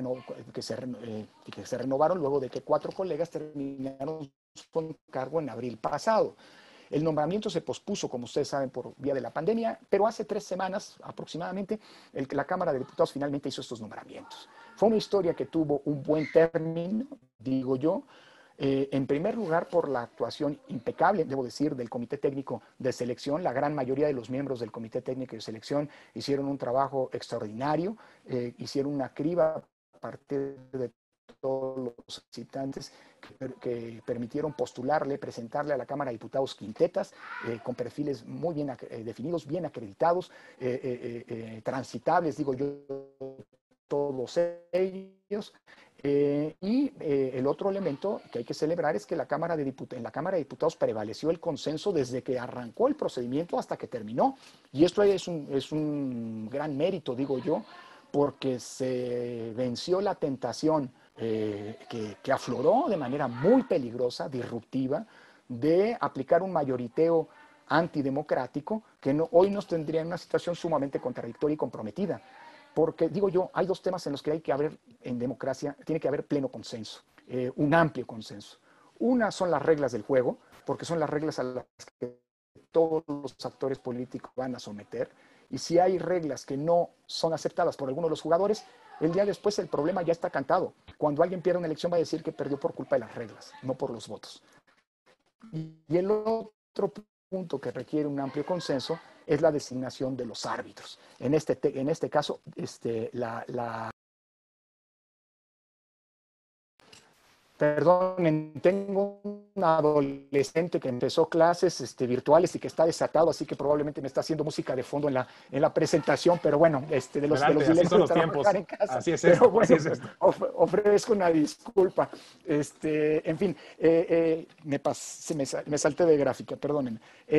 renovaron luego de que 4 colegas terminaron con cargo en abril pasado. El nombramiento se pospuso, como ustedes saben, por vía de la pandemia, pero hace 3 semanas aproximadamente la Cámara de Diputados finalmente hizo estos nombramientos. Fue una historia que tuvo un buen término, digo yo, En primer lugar, por la actuación impecable, debo decir, del Comité Técnico de Selección. La gran mayoría de los miembros del Comité Técnico de Selección hicieron un trabajo extraordinario, hicieron una criba a partir de todos los solicitantes que permitieron postularle, presentarle a la Cámara de Diputados quintetas con perfiles muy bien definidos, bien acreditados, transitables, digo yo, todos ellos. El otro elemento que hay que celebrar es que en la Cámara de Diputados prevaleció el consenso desde que arrancó el procedimiento hasta que terminó. Y esto es un gran mérito, digo yo, porque se venció la tentación que afloró de manera muy peligrosa, disruptiva, de aplicar un mayoriteo antidemocrático que hoy nos tendría en una situación sumamente contradictoria y comprometida. Porque, digo yo, hay dos temas en los que hay que haber, en democracia, tiene que haber pleno consenso, un amplio consenso. Una son las reglas del juego, porque son las reglas a las que todos los actores políticos van a someter. Y si hay reglas que no son aceptadas por alguno de los jugadores, el día después el problema ya está cantado. Cuando alguien pierde una elección va a decir que perdió por culpa de las reglas, no por los votos. Y el otro punto que requiere un amplio consenso es la designación de los árbitros. En este caso, Perdonen, tengo un adolescente que empezó clases virtuales y que está desatado, así que probablemente me está haciendo música de fondo en la presentación, pero bueno, de los Así son los tiempos. En casa. Así es pero esto, bueno, así es esto. ofrezco una disculpa. En fin, me salté de gráfica, perdonen.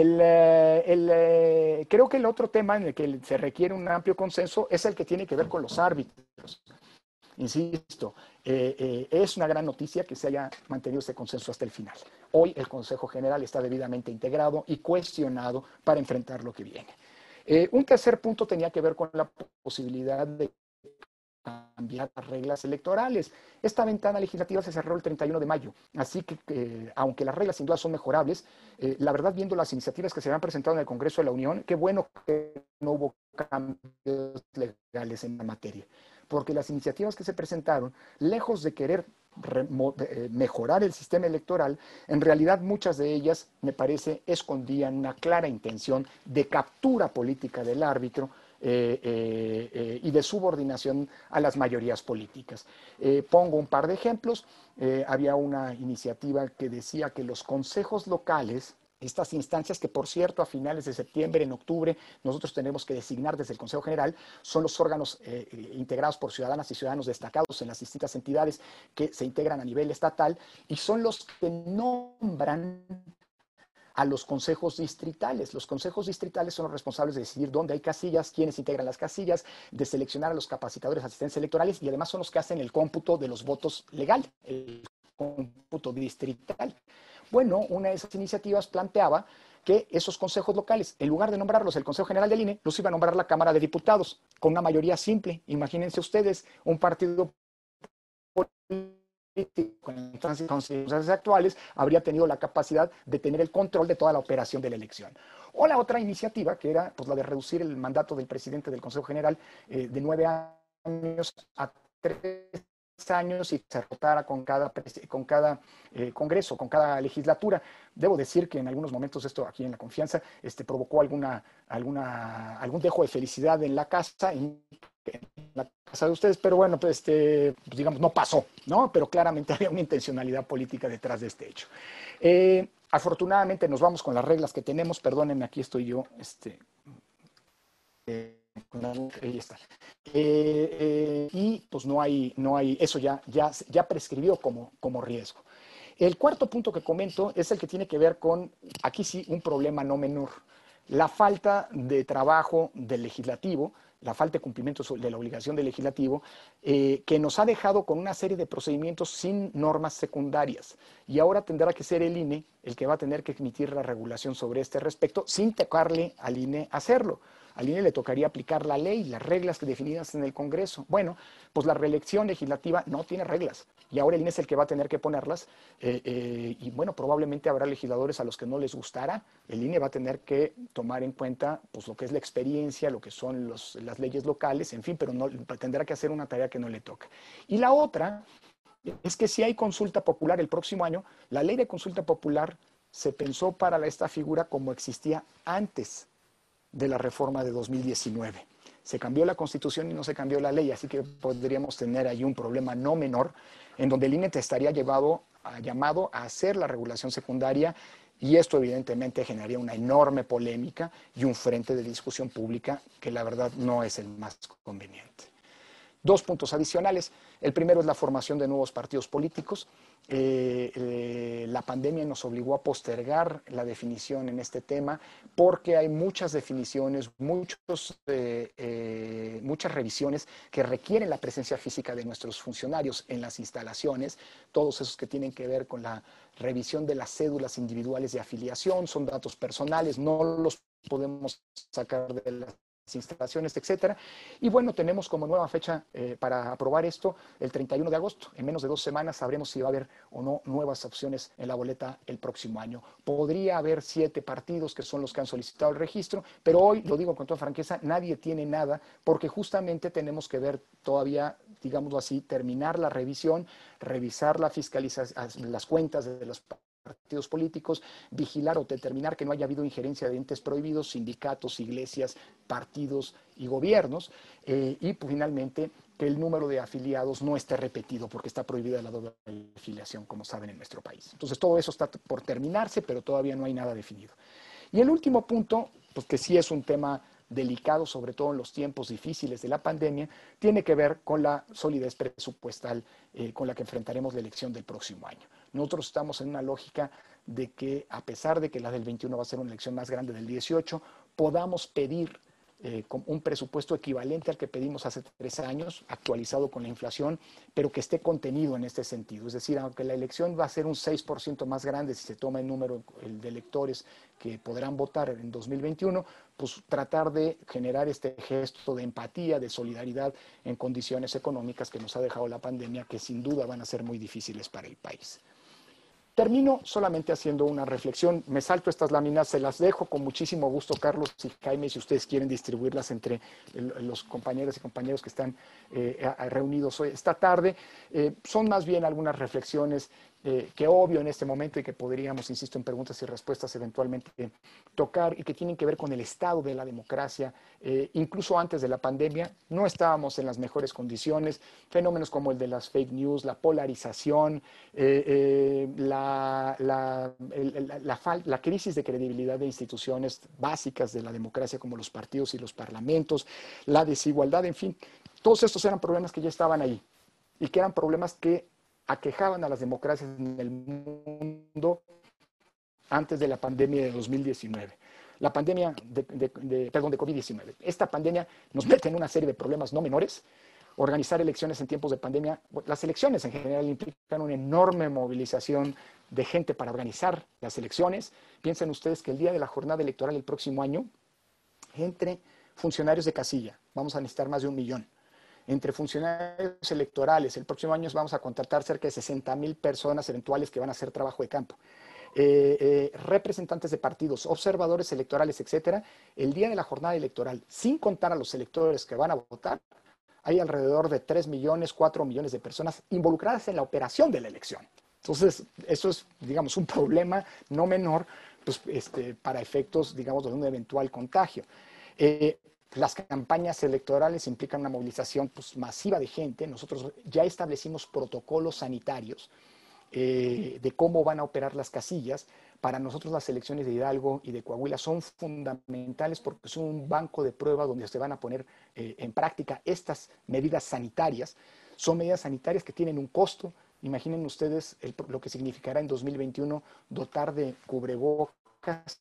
Creo que el otro tema en el que se requiere un amplio consenso es el que tiene que ver con los árbitros. Insisto, es una gran noticia que se haya mantenido ese consenso hasta el final. Hoy el Consejo General está debidamente integrado y cuestionado para enfrentar lo que viene. Un tercer punto tenía que ver con la posibilidad de cambiar las reglas electorales. Esta ventana legislativa se cerró el 31 de mayo, así que aunque las reglas sin duda son mejorables, la verdad, viendo las iniciativas que se han presentado en el Congreso de la Unión, qué bueno que no hubo cambios legales en la materia, porque las iniciativas que se presentaron, lejos de querer mejorar el sistema electoral, en realidad muchas de ellas, me parece, escondían una clara intención de captura política del árbitro y de subordinación a las mayorías políticas. Pongo un par de ejemplos. Había una iniciativa que decía que los consejos locales, estas instancias que, por cierto, a finales de septiembre, en octubre, nosotros tenemos que designar desde el Consejo General, son los órganos integrados por ciudadanas y ciudadanos destacados en las distintas entidades que se integran a nivel estatal y son los que nombran a los consejos distritales. Los consejos distritales son los responsables de decidir dónde hay casillas, quiénes integran las casillas, de seleccionar a los capacitadores asistentes electorales y además son los que hacen el cómputo de los votos legal, el cómputo distrital. Bueno, una de esas iniciativas planteaba que esos consejos locales, en lugar de nombrarlos el Consejo General del INE, los iba a nombrar la Cámara de Diputados, con una mayoría simple. Imagínense ustedes, un partido con las circunstancias actuales, habría tenido la capacidad de tener el control de toda la operación de la elección. O la otra iniciativa, que era pues, la de reducir el mandato del presidente del Consejo General de 9 años a 3 años y se rotara con cada congreso, con cada legislatura. Debo decir que en algunos momentos esto aquí en La Confianza provocó algún dejo de felicidad en la casa, en la casa de ustedes, pero bueno, pues, digamos, no pasó, ¿no? Pero claramente había una intencionalidad política detrás de este hecho. Afortunadamente nos vamos con las reglas que tenemos, perdónenme, aquí estoy yo, ahí está. Y pues no hay eso ya prescribió como riesgo. El cuarto punto que comento es el que tiene que ver con, aquí sí, un problema no menor, la falta de trabajo del legislativo, la falta de cumplimiento de la obligación del legislativo, que nos ha dejado con una serie de procedimientos sin normas secundarias. Y ahora tendrá que ser el INE el que va a tener que emitir la regulación sobre este respecto, sin tocarle al INE hacerlo. Al INE le tocaría aplicar la ley, las reglas definidas en el Congreso. Bueno, pues la reelección legislativa no tiene reglas y ahora el INE es el que va a tener que ponerlas y bueno, probablemente habrá legisladores a los que no les gustará. El INE va a tener que tomar en cuenta pues lo que es la experiencia, lo que son las leyes locales, en fin, pero no, tendrá que hacer una tarea que no le toca. Y la otra es que si hay consulta popular el próximo año, la ley de consulta popular se pensó para esta figura como existía antes de la reforma de 2019. Se cambió la Constitución y no se cambió la ley, así que podríamos tener ahí un problema no menor, en donde el INE te estaría llamado a hacer la regulación secundaria, y esto evidentemente generaría una enorme polémica y un frente de discusión pública que la verdad no es el más conveniente. Dos puntos adicionales. El primero es la formación de nuevos partidos políticos. La pandemia nos obligó a postergar la definición en este tema porque hay muchas definiciones, muchas revisiones que requieren la presencia física de nuestros funcionarios en las instalaciones, todos esos que tienen que ver con la revisión de las cédulas individuales de afiliación, son datos personales, no los podemos sacar de las instalaciones, etcétera. Y bueno, tenemos como nueva fecha para aprobar esto el 31 de agosto. En menos de 2 semanas sabremos si va a haber o no nuevas opciones en la boleta el próximo año. Podría haber 7 partidos que son los que han solicitado el registro, pero hoy, lo digo con toda franqueza, nadie tiene nada porque justamente tenemos que ver todavía, digámoslo así, terminar la revisión, revisar la fiscalización, las cuentas de los partidos políticos, vigilar o determinar que no haya habido injerencia de entes prohibidos, sindicatos, iglesias, partidos y gobiernos, y pues, finalmente que el número de afiliados no esté repetido porque está prohibida la doble afiliación, como saben, en nuestro país. Entonces todo eso está por terminarse, pero todavía no hay nada definido. Y el último punto, pues que sí es un tema delicado, sobre todo en los tiempos difíciles de la pandemia, tiene que ver con la solidez presupuestal con la que enfrentaremos la elección del próximo año. Nosotros estamos en una lógica de que, a pesar de que la del 21 va a ser una elección más grande del 18, podamos pedir un presupuesto equivalente al que pedimos hace 3 años, actualizado con la inflación, pero que esté contenido en este sentido. Es decir, aunque la elección va a ser un 6% más grande si se toma el número de electores que podrán votar en 2021, pues tratar de generar este gesto de empatía, de solidaridad en condiciones económicas que nos ha dejado la pandemia, que sin duda van a ser muy difíciles para el país. Termino solamente haciendo una reflexión. Me salto estas láminas, se las dejo con muchísimo gusto, Carlos y Jaime, si ustedes quieren distribuirlas entre los compañeros y compañeros que están reunidos hoy, esta tarde. Son más bien algunas reflexiones que obvio en este momento y que podríamos, insisto, en preguntas y respuestas eventualmente tocar y que tienen que ver con el estado de la democracia. Incluso antes de la pandemia no estábamos en las mejores condiciones. Fenómenos como el de las fake news, la polarización, la crisis de credibilidad de instituciones básicas de la democracia como los partidos y los parlamentos, la desigualdad, en fin, todos estos eran problemas que ya estaban ahí y que eran problemas que aquejaban a las democracias en el mundo antes de la pandemia de 2019. La pandemia de COVID-19. Esta pandemia nos mete en una serie de problemas no menores. Organizar elecciones en tiempos de pandemia, las elecciones en general implican una enorme movilización de gente para organizar las elecciones. Piensen ustedes que el día de la jornada electoral el próximo año, entre funcionarios de casilla, vamos a necesitar más de 1 millón. Entre funcionarios electorales, el próximo año vamos a contratar cerca de 60,000 personas eventuales que van a hacer trabajo de campo. Representantes de partidos, observadores electorales, etcétera. El día de la jornada electoral, sin contar a los electores que van a votar, hay alrededor de 3 millones, 4 millones de personas involucradas en la operación de la elección. Entonces, eso es, digamos, un problema no menor pues, para efectos, digamos, de un eventual contagio. Las campañas electorales implican una movilización pues, masiva de gente. Nosotros ya establecimos protocolos sanitarios de cómo van a operar las casillas. Para nosotros las elecciones de Hidalgo y de Coahuila son fundamentales porque son un banco de prueba donde se van a poner en práctica estas medidas sanitarias. Son medidas sanitarias que tienen un costo. Imaginen ustedes lo que significará en 2021 dotar de cubrebocas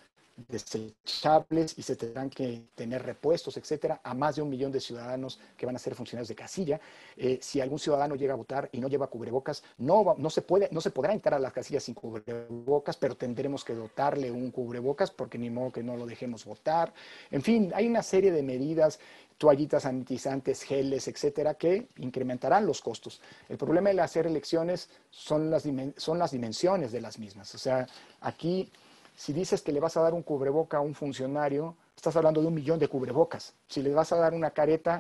desechables y se tendrán que tener repuestos, etcétera, a más de 1 millón de ciudadanos que van a ser funcionarios de casilla. Si algún ciudadano llega a votar y no lleva cubrebocas, no se podrá entrar a las casillas sin cubrebocas, pero tendremos que dotarle un cubrebocas porque ni modo que no lo dejemos votar. En fin, hay una serie de medidas, toallitas sanitizantes, geles, etcétera, que incrementarán los costos. El problema de hacer elecciones son las dimensiones de las mismas. O sea, aquí si dices que le vas a dar un cubreboca a un funcionario, estás hablando de 1 millón de cubrebocas. Si le vas a dar una careta,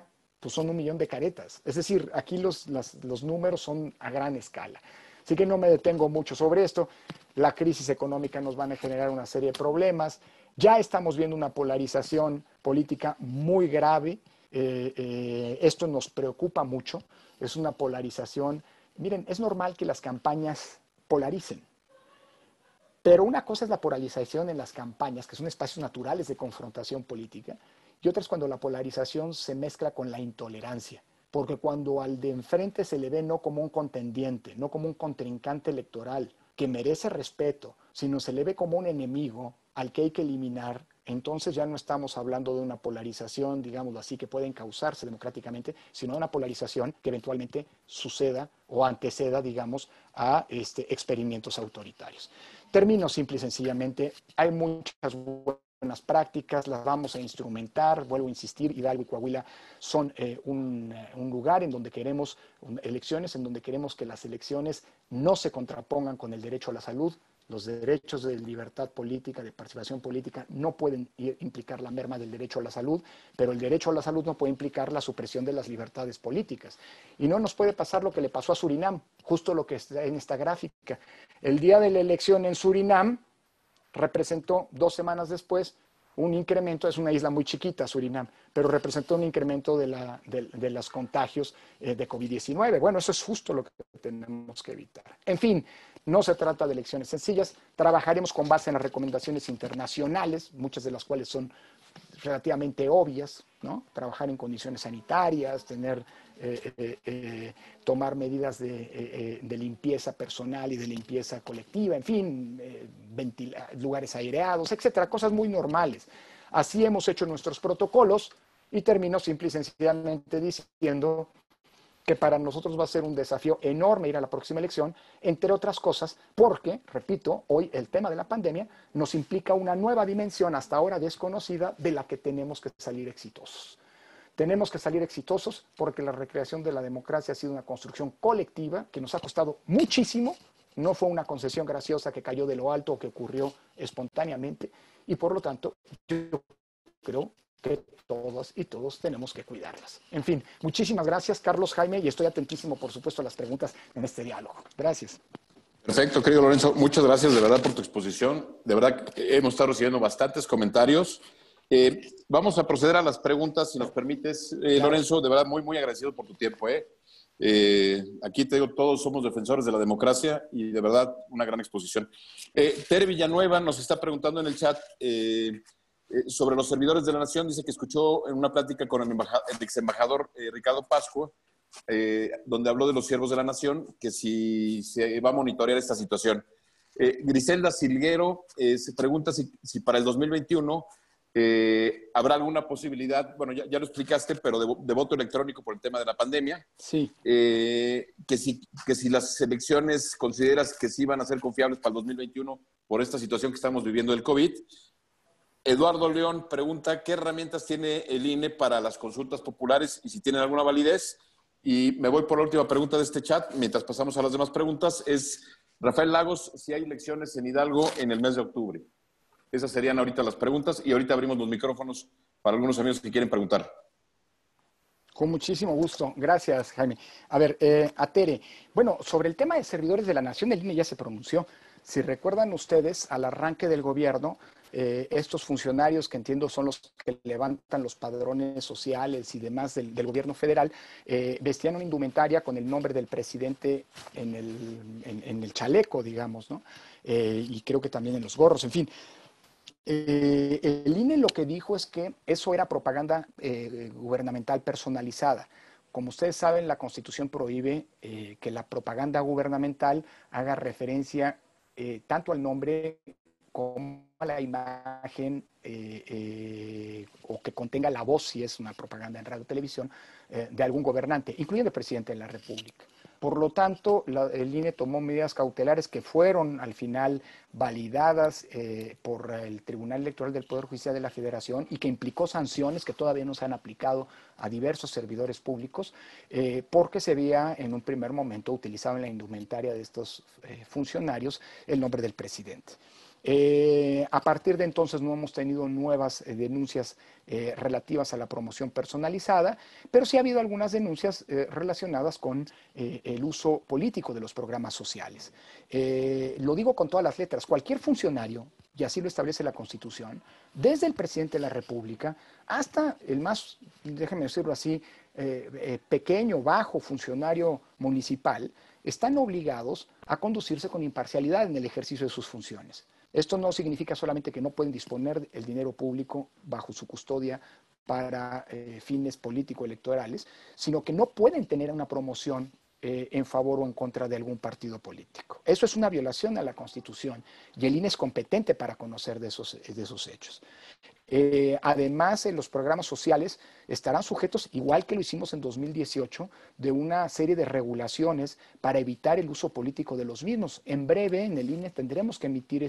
pues son 1 millón de caretas. Es decir, aquí los números son a gran escala. Así que no me detengo mucho sobre esto. La crisis económica nos va a generar una serie de problemas. Ya estamos viendo una polarización política muy grave. Esto nos preocupa mucho. Es una polarización. Miren, es normal que las campañas polaricen. Pero una cosa es la polarización en las campañas, que son espacios naturales de confrontación política, y otra es cuando la polarización se mezcla con la intolerancia. Porque cuando al de enfrente se le ve no como un contendiente, no como un contrincante electoral que merece respeto, sino se le ve como un enemigo al que hay que eliminar, entonces ya no estamos hablando de una polarización, digámoslo así, que puede encauzarse democráticamente, sino de una polarización que eventualmente suceda o anteceda, digamos, a experimentos autoritarios. Termino simple y sencillamente, hay muchas buenas prácticas, las vamos a instrumentar, vuelvo a insistir, Hidalgo y Coahuila son un lugar en donde queremos elecciones, en donde queremos que las elecciones no se contrapongan con el derecho a la salud. Los derechos de libertad política, de participación política, no pueden implicar la merma del derecho a la salud, pero el derecho a la salud no puede implicar la supresión de las libertades políticas. Y no nos puede pasar lo que le pasó a Surinam, justo lo que está en esta gráfica. El día de la elección en Surinam representó 2 semanas después un incremento, es una isla muy chiquita, Surinam, pero representó un incremento de los contagios de COVID-19. Bueno, eso es justo lo que tenemos que evitar. En fin, no se trata de elecciones sencillas, trabajaremos con base en las recomendaciones internacionales, muchas de las cuales son relativamente obvias, ¿no? Trabajar en condiciones sanitarias, tomar medidas de limpieza personal y de limpieza colectiva, en fin, lugares aireados, etcétera, cosas muy normales. Así hemos hecho nuestros protocolos y termino simple y sencillamente diciendo que para nosotros va a ser un desafío enorme ir a la próxima elección, entre otras cosas, porque, repito, hoy el tema de la pandemia nos implica una nueva dimensión hasta ahora desconocida de la que tenemos que salir exitosos. Tenemos que salir exitosos porque la recreación de la democracia ha sido una construcción colectiva que nos ha costado muchísimo, no fue una concesión graciosa que cayó de lo alto o que ocurrió espontáneamente, y por lo tanto, yo creo que todas y todos tenemos que cuidarlas. En fin, muchísimas gracias, Carlos, Jaime, y estoy atentísimo, por supuesto, a las preguntas en este diálogo. Gracias. Perfecto, querido Lorenzo. Muchas gracias de verdad por tu exposición. De verdad hemos estado recibiendo bastantes comentarios. Vamos a proceder a las preguntas, si nos permites, claro. Lorenzo, de verdad muy agradecido por tu tiempo. Aquí te digo, todos somos defensores de la democracia y de verdad una gran exposición. Tere Villanueva nos está preguntando en el chat sobre los servidores de la nación. Dice que escuchó en una plática con el ex embajador Ricardo Pascua, donde habló de los siervos de la nación, que si se va a monitorear esta situación. Griselda Silguero se pregunta si para el 2021 habrá alguna posibilidad, bueno, ya lo explicaste, pero de voto electrónico por el tema de la pandemia. Sí. Que si las elecciones consideras que sí van a ser confiables para el 2021 por esta situación que estamos viviendo del COVID. Eduardo León pregunta qué herramientas tiene el INE para las consultas populares y si tienen alguna validez. Y me voy por la última pregunta de este chat, mientras pasamos a las demás preguntas, es Rafael Lagos, si hay elecciones en Hidalgo en el mes de octubre. Esas serían ahorita las preguntas y ahorita abrimos los micrófonos para algunos amigos que quieren preguntar. Con muchísimo gusto. Gracias, Jaime. A ver, a Tere. Bueno, sobre el tema de servidores de la nación, el INE ya se pronunció. Si recuerdan ustedes, al arranque del gobierno, estos funcionarios, que entiendo son los que levantan los padrones sociales y demás del gobierno federal, vestían una indumentaria con el nombre del presidente en el chaleco, digamos, ¿no? Y creo que también en los gorros, en fin. El INE lo que dijo es que eso era propaganda gubernamental personalizada. Como ustedes saben, la Constitución prohíbe que la propaganda gubernamental haga referencia tanto al nombre como a la imagen o que contenga la voz, si es una propaganda en radio o televisión, de algún gobernante, incluyendo el presidente de la República. Por lo tanto, el INE tomó medidas cautelares que fueron al final validadas por el Tribunal Electoral del Poder Judicial de la Federación y que implicó sanciones que todavía no se han aplicado a diversos servidores públicos porque se había en un primer momento utilizado en la indumentaria de estos funcionarios el nombre del presidente. A partir de entonces no hemos tenido nuevas denuncias relativas a la promoción personalizada, pero sí ha habido algunas denuncias relacionadas con el uso político de los programas sociales. Lo digo con todas las letras, cualquier funcionario, y así lo establece la Constitución, desde el presidente de la República hasta el más, déjenme decirlo así, pequeño, bajo funcionario municipal, están obligados a conducirse con imparcialidad en el ejercicio de sus funciones. Esto no significa solamente que no pueden disponer el dinero público bajo su custodia para fines político-electorales, sino que no pueden tener una promoción en favor o en contra de algún partido político. Eso es una violación a la Constitución y el INE es competente para conocer de esos hechos. Además, los programas sociales estarán sujetos, igual que lo hicimos en 2018, de una serie de regulaciones para evitar el uso político de los mismos. En breve, en el INE tendremos que emitir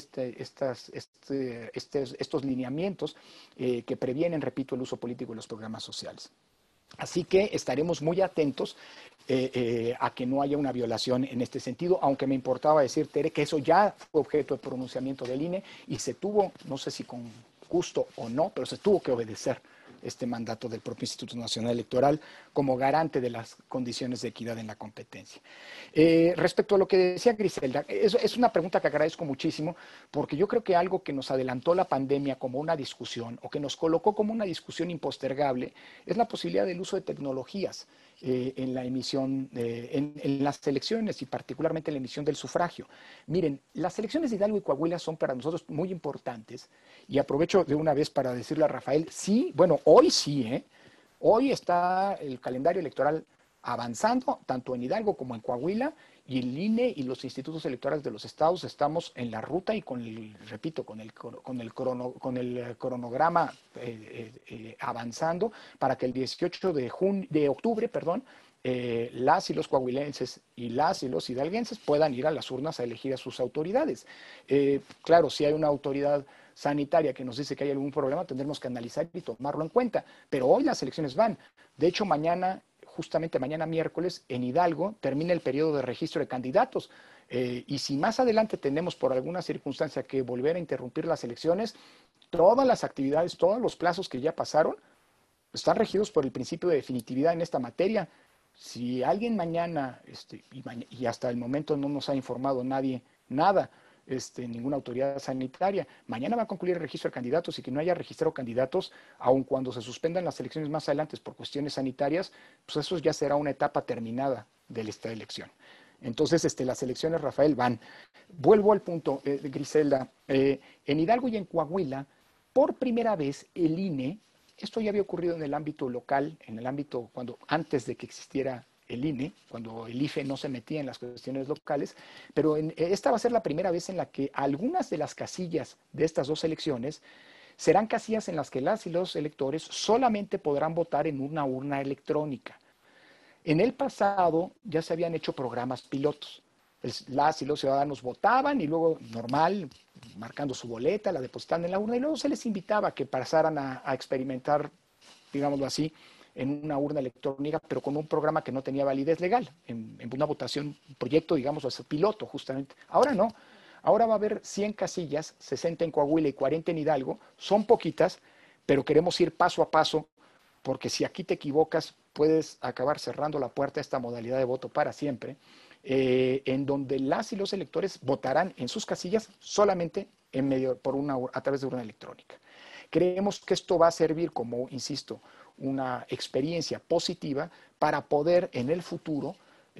estos lineamientos que previenen, repito, el uso político de los programas sociales. Así que estaremos muy atentos a que no haya una violación en este sentido, aunque me importaba decir, Tere, que eso ya fue objeto de pronunciamiento del INE y se tuvo, no sé si con gusto o no, pero se tuvo que obedecer este mandato del propio Instituto Nacional Electoral como garante de las condiciones de equidad en la competencia. Respecto a lo que decía Griselda, es una pregunta que agradezco muchísimo, porque yo creo que algo que nos adelantó la pandemia como una discusión, o que nos colocó como una discusión impostergable, es la posibilidad del uso de tecnologías en la emisión, en las elecciones y particularmente en la emisión del sufragio. Miren, las elecciones de Hidalgo y Coahuila son para nosotros muy importantes y aprovecho de una vez para decirle a Rafael, sí, bueno, hoy sí, hoy está el calendario electoral avanzando, tanto en Hidalgo como en Coahuila, y el INE y los institutos electorales de los estados estamos en la ruta y repito, con el cronograma avanzando para que el 18 de octubre, las y los coahuilenses y las y los hidalguenses puedan ir a las urnas a elegir a sus autoridades. Claro, si hay una autoridad sanitaria que nos dice que hay algún problema, tendremos que analizar y tomarlo en cuenta, pero hoy las elecciones van. De hecho, justamente mañana miércoles, en Hidalgo termina el periodo de registro de candidatos. Y si más adelante tenemos por alguna circunstancia que volver a interrumpir las elecciones, todas las actividades, todos los plazos que ya pasaron, están regidos por el principio de definitividad en esta materia. Si alguien mañana, y hasta el momento no nos ha informado nadie nada, ninguna autoridad sanitaria, mañana va a concluir el registro de candidatos y que no haya registrado candidatos, aun cuando se suspendan las elecciones más adelante por cuestiones sanitarias, pues eso ya será una etapa terminada de esta elección. Entonces, las elecciones, Rafael, van. Vuelvo al punto, Griselda. En Hidalgo y en Coahuila, por primera vez el INE, esto ya había ocurrido en el ámbito local, en el ámbito antes de que existiera el INE, cuando el IFE no se metía en las cuestiones locales, pero esta va a ser la primera vez en la que algunas de las casillas de estas dos elecciones serán casillas en las que las y los electores solamente podrán votar en una urna electrónica. En el pasado ya se habían hecho programas pilotos. Las y los ciudadanos votaban y luego, normal, marcando su boleta, la depositaban en la urna y luego se les invitaba a que pasaran a experimentar, digámoslo así, en una urna electrónica, pero con un programa que no tenía validez legal, en una votación, un proyecto, digamos, piloto justamente. Ahora no, ahora va a haber 100 casillas, 60 en Coahuila y 40 en Hidalgo, son poquitas, pero queremos ir paso a paso, porque si aquí te equivocas, puedes acabar cerrando la puerta a esta modalidad de voto para siempre, en donde las y los electores votarán en sus casillas solamente a través de urna electrónica. Creemos que esto va a servir como, insisto, una experiencia positiva para poder en el futuro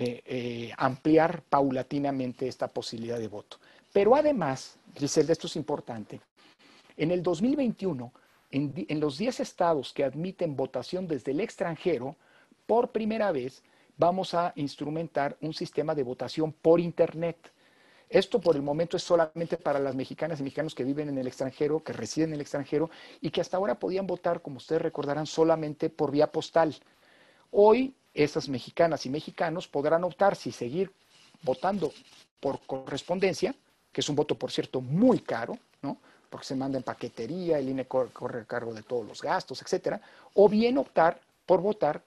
ampliar paulatinamente esta posibilidad de voto. Pero además, Griselda, esto es importante, en el 2021, en los 10 estados que admiten votación desde el extranjero, por primera vez vamos a instrumentar un sistema de votación por Internet. Esto por el momento es solamente para las mexicanas y mexicanos que viven en el extranjero, que residen en el extranjero y que hasta ahora podían votar, como ustedes recordarán, solamente por vía postal. Hoy esas mexicanas y mexicanos podrán optar si seguir votando por correspondencia, que es un voto, por cierto, muy caro, ¿no? Porque se manda en paquetería, el INE corre a cargo de todos los gastos, etcétera, o bien optar por votar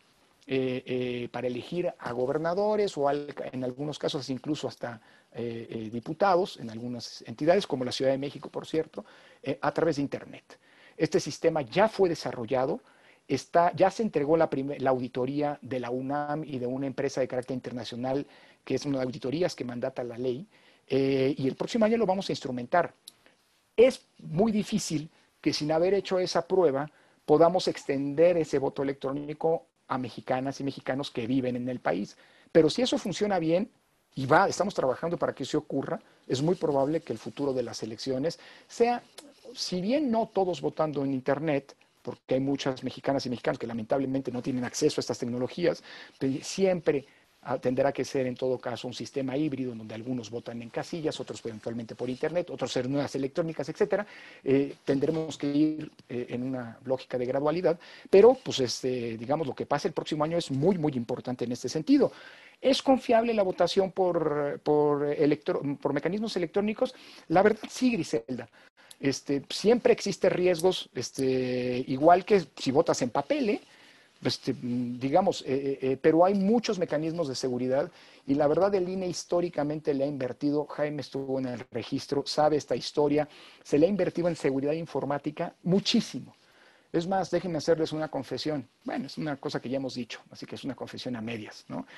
para elegir a gobernadores o en algunos casos incluso hasta diputados en algunas entidades, como la Ciudad de México, por cierto, a través de Internet. Este sistema ya fue desarrollado, ya se entregó la auditoría de la UNAM y de una empresa de carácter internacional, que es una de las auditorías que mandata la ley, y el próximo año lo vamos a instrumentar. Es muy difícil que sin haber hecho esa prueba podamos extender ese voto electrónico a mexicanas y mexicanos que viven en el país. Pero si eso funciona bien, y estamos trabajando para que eso ocurra, es muy probable que el futuro de las elecciones sea, si bien no todos votando en Internet, porque hay muchas mexicanas y mexicanos que lamentablemente no tienen acceso a estas tecnologías, siempre tendrá que ser en todo caso un sistema híbrido en donde algunos votan en casillas, otros eventualmente por Internet, otros en urnas electrónicas, etcétera. Tendremos que ir en una lógica de gradualidad, pero pues digamos lo que pase el próximo año es muy, muy importante en este sentido. ¿Es confiable la votación por mecanismos electrónicos? La verdad sí, Griselda. Siempre existen riesgos, igual que si votas en papel, digamos, pero hay muchos mecanismos de seguridad y la verdad el INE históricamente le ha invertido, Jaime estuvo en el registro, sabe esta historia, se le ha invertido en seguridad informática muchísimo. Es más, déjenme hacerles una confesión. Bueno, es una cosa que ya hemos dicho, así que es una confesión a medias, ¿no?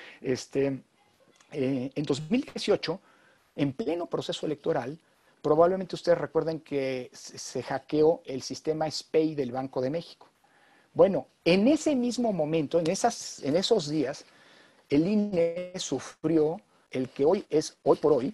En 2018, en pleno proceso electoral, probablemente ustedes recuerden que se hackeó el sistema SPEI del Banco de México. Bueno, en ese mismo momento, en esos días, el INE sufrió el que hoy por hoy,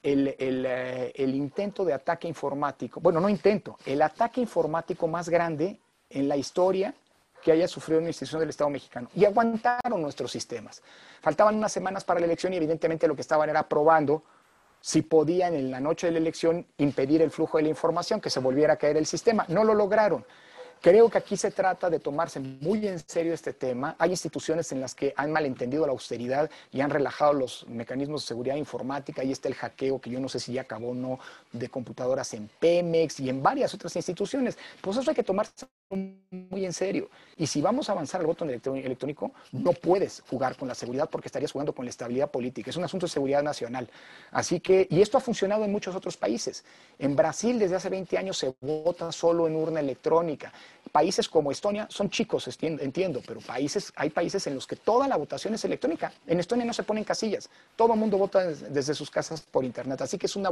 el intento de ataque informático, bueno, no intento, el ataque informático más grande en la historia que haya sufrido una institución del Estado mexicano. Y aguantaron nuestros sistemas. Faltaban unas semanas para la elección y evidentemente lo que estaban era probando si podían en la noche de la elección impedir el flujo de la información, que se volviera a caer el sistema. No lo lograron. Creo que aquí se trata de tomarse muy en serio este tema. Hay instituciones en las que han malentendido la austeridad y han relajado los mecanismos de seguridad informática. Ahí está el hackeo, que yo no sé si ya acabó o no, de computadoras en Pemex y en varias otras instituciones. Pues eso hay que tomarse muy en serio. Y si vamos a avanzar al voto electrónico, no puedes jugar con la seguridad porque estarías jugando con la estabilidad política. Es un asunto de seguridad nacional. Así que, y esto ha funcionado en muchos otros países. En Brasil desde hace 20 años se vota solo en urna electrónica. Países como Estonia son chicos, entiendo, pero hay países en los que toda la votación es electrónica. En Estonia no se ponen casillas. Todo el mundo vota desde sus casas por Internet. Así que es un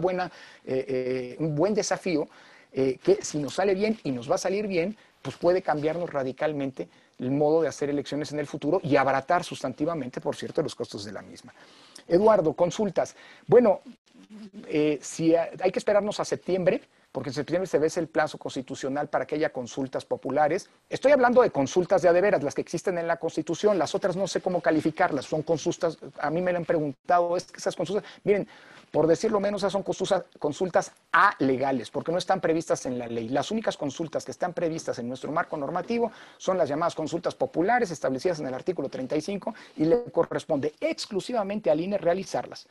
buen desafío que si nos sale bien y nos va a salir bien, pues puede cambiarnos radicalmente el modo de hacer elecciones en el futuro y abaratar sustantivamente, por cierto, los costos de la misma. Eduardo, consultas. Bueno, si hay que esperarnos a septiembre, porque en septiembre se vence el plazo constitucional para que haya consultas populares. Estoy hablando de consultas de veras, las que existen en la Constitución, las otras no sé cómo calificarlas, son consultas, a mí me lo han preguntado, es que esas consultas, miren, por decirlo menos, esas son consultas alegales, porque no están previstas en la ley. Las únicas consultas que están previstas en nuestro marco normativo son las llamadas consultas populares establecidas en el artículo 35 y le corresponde exclusivamente al INE realizarlas.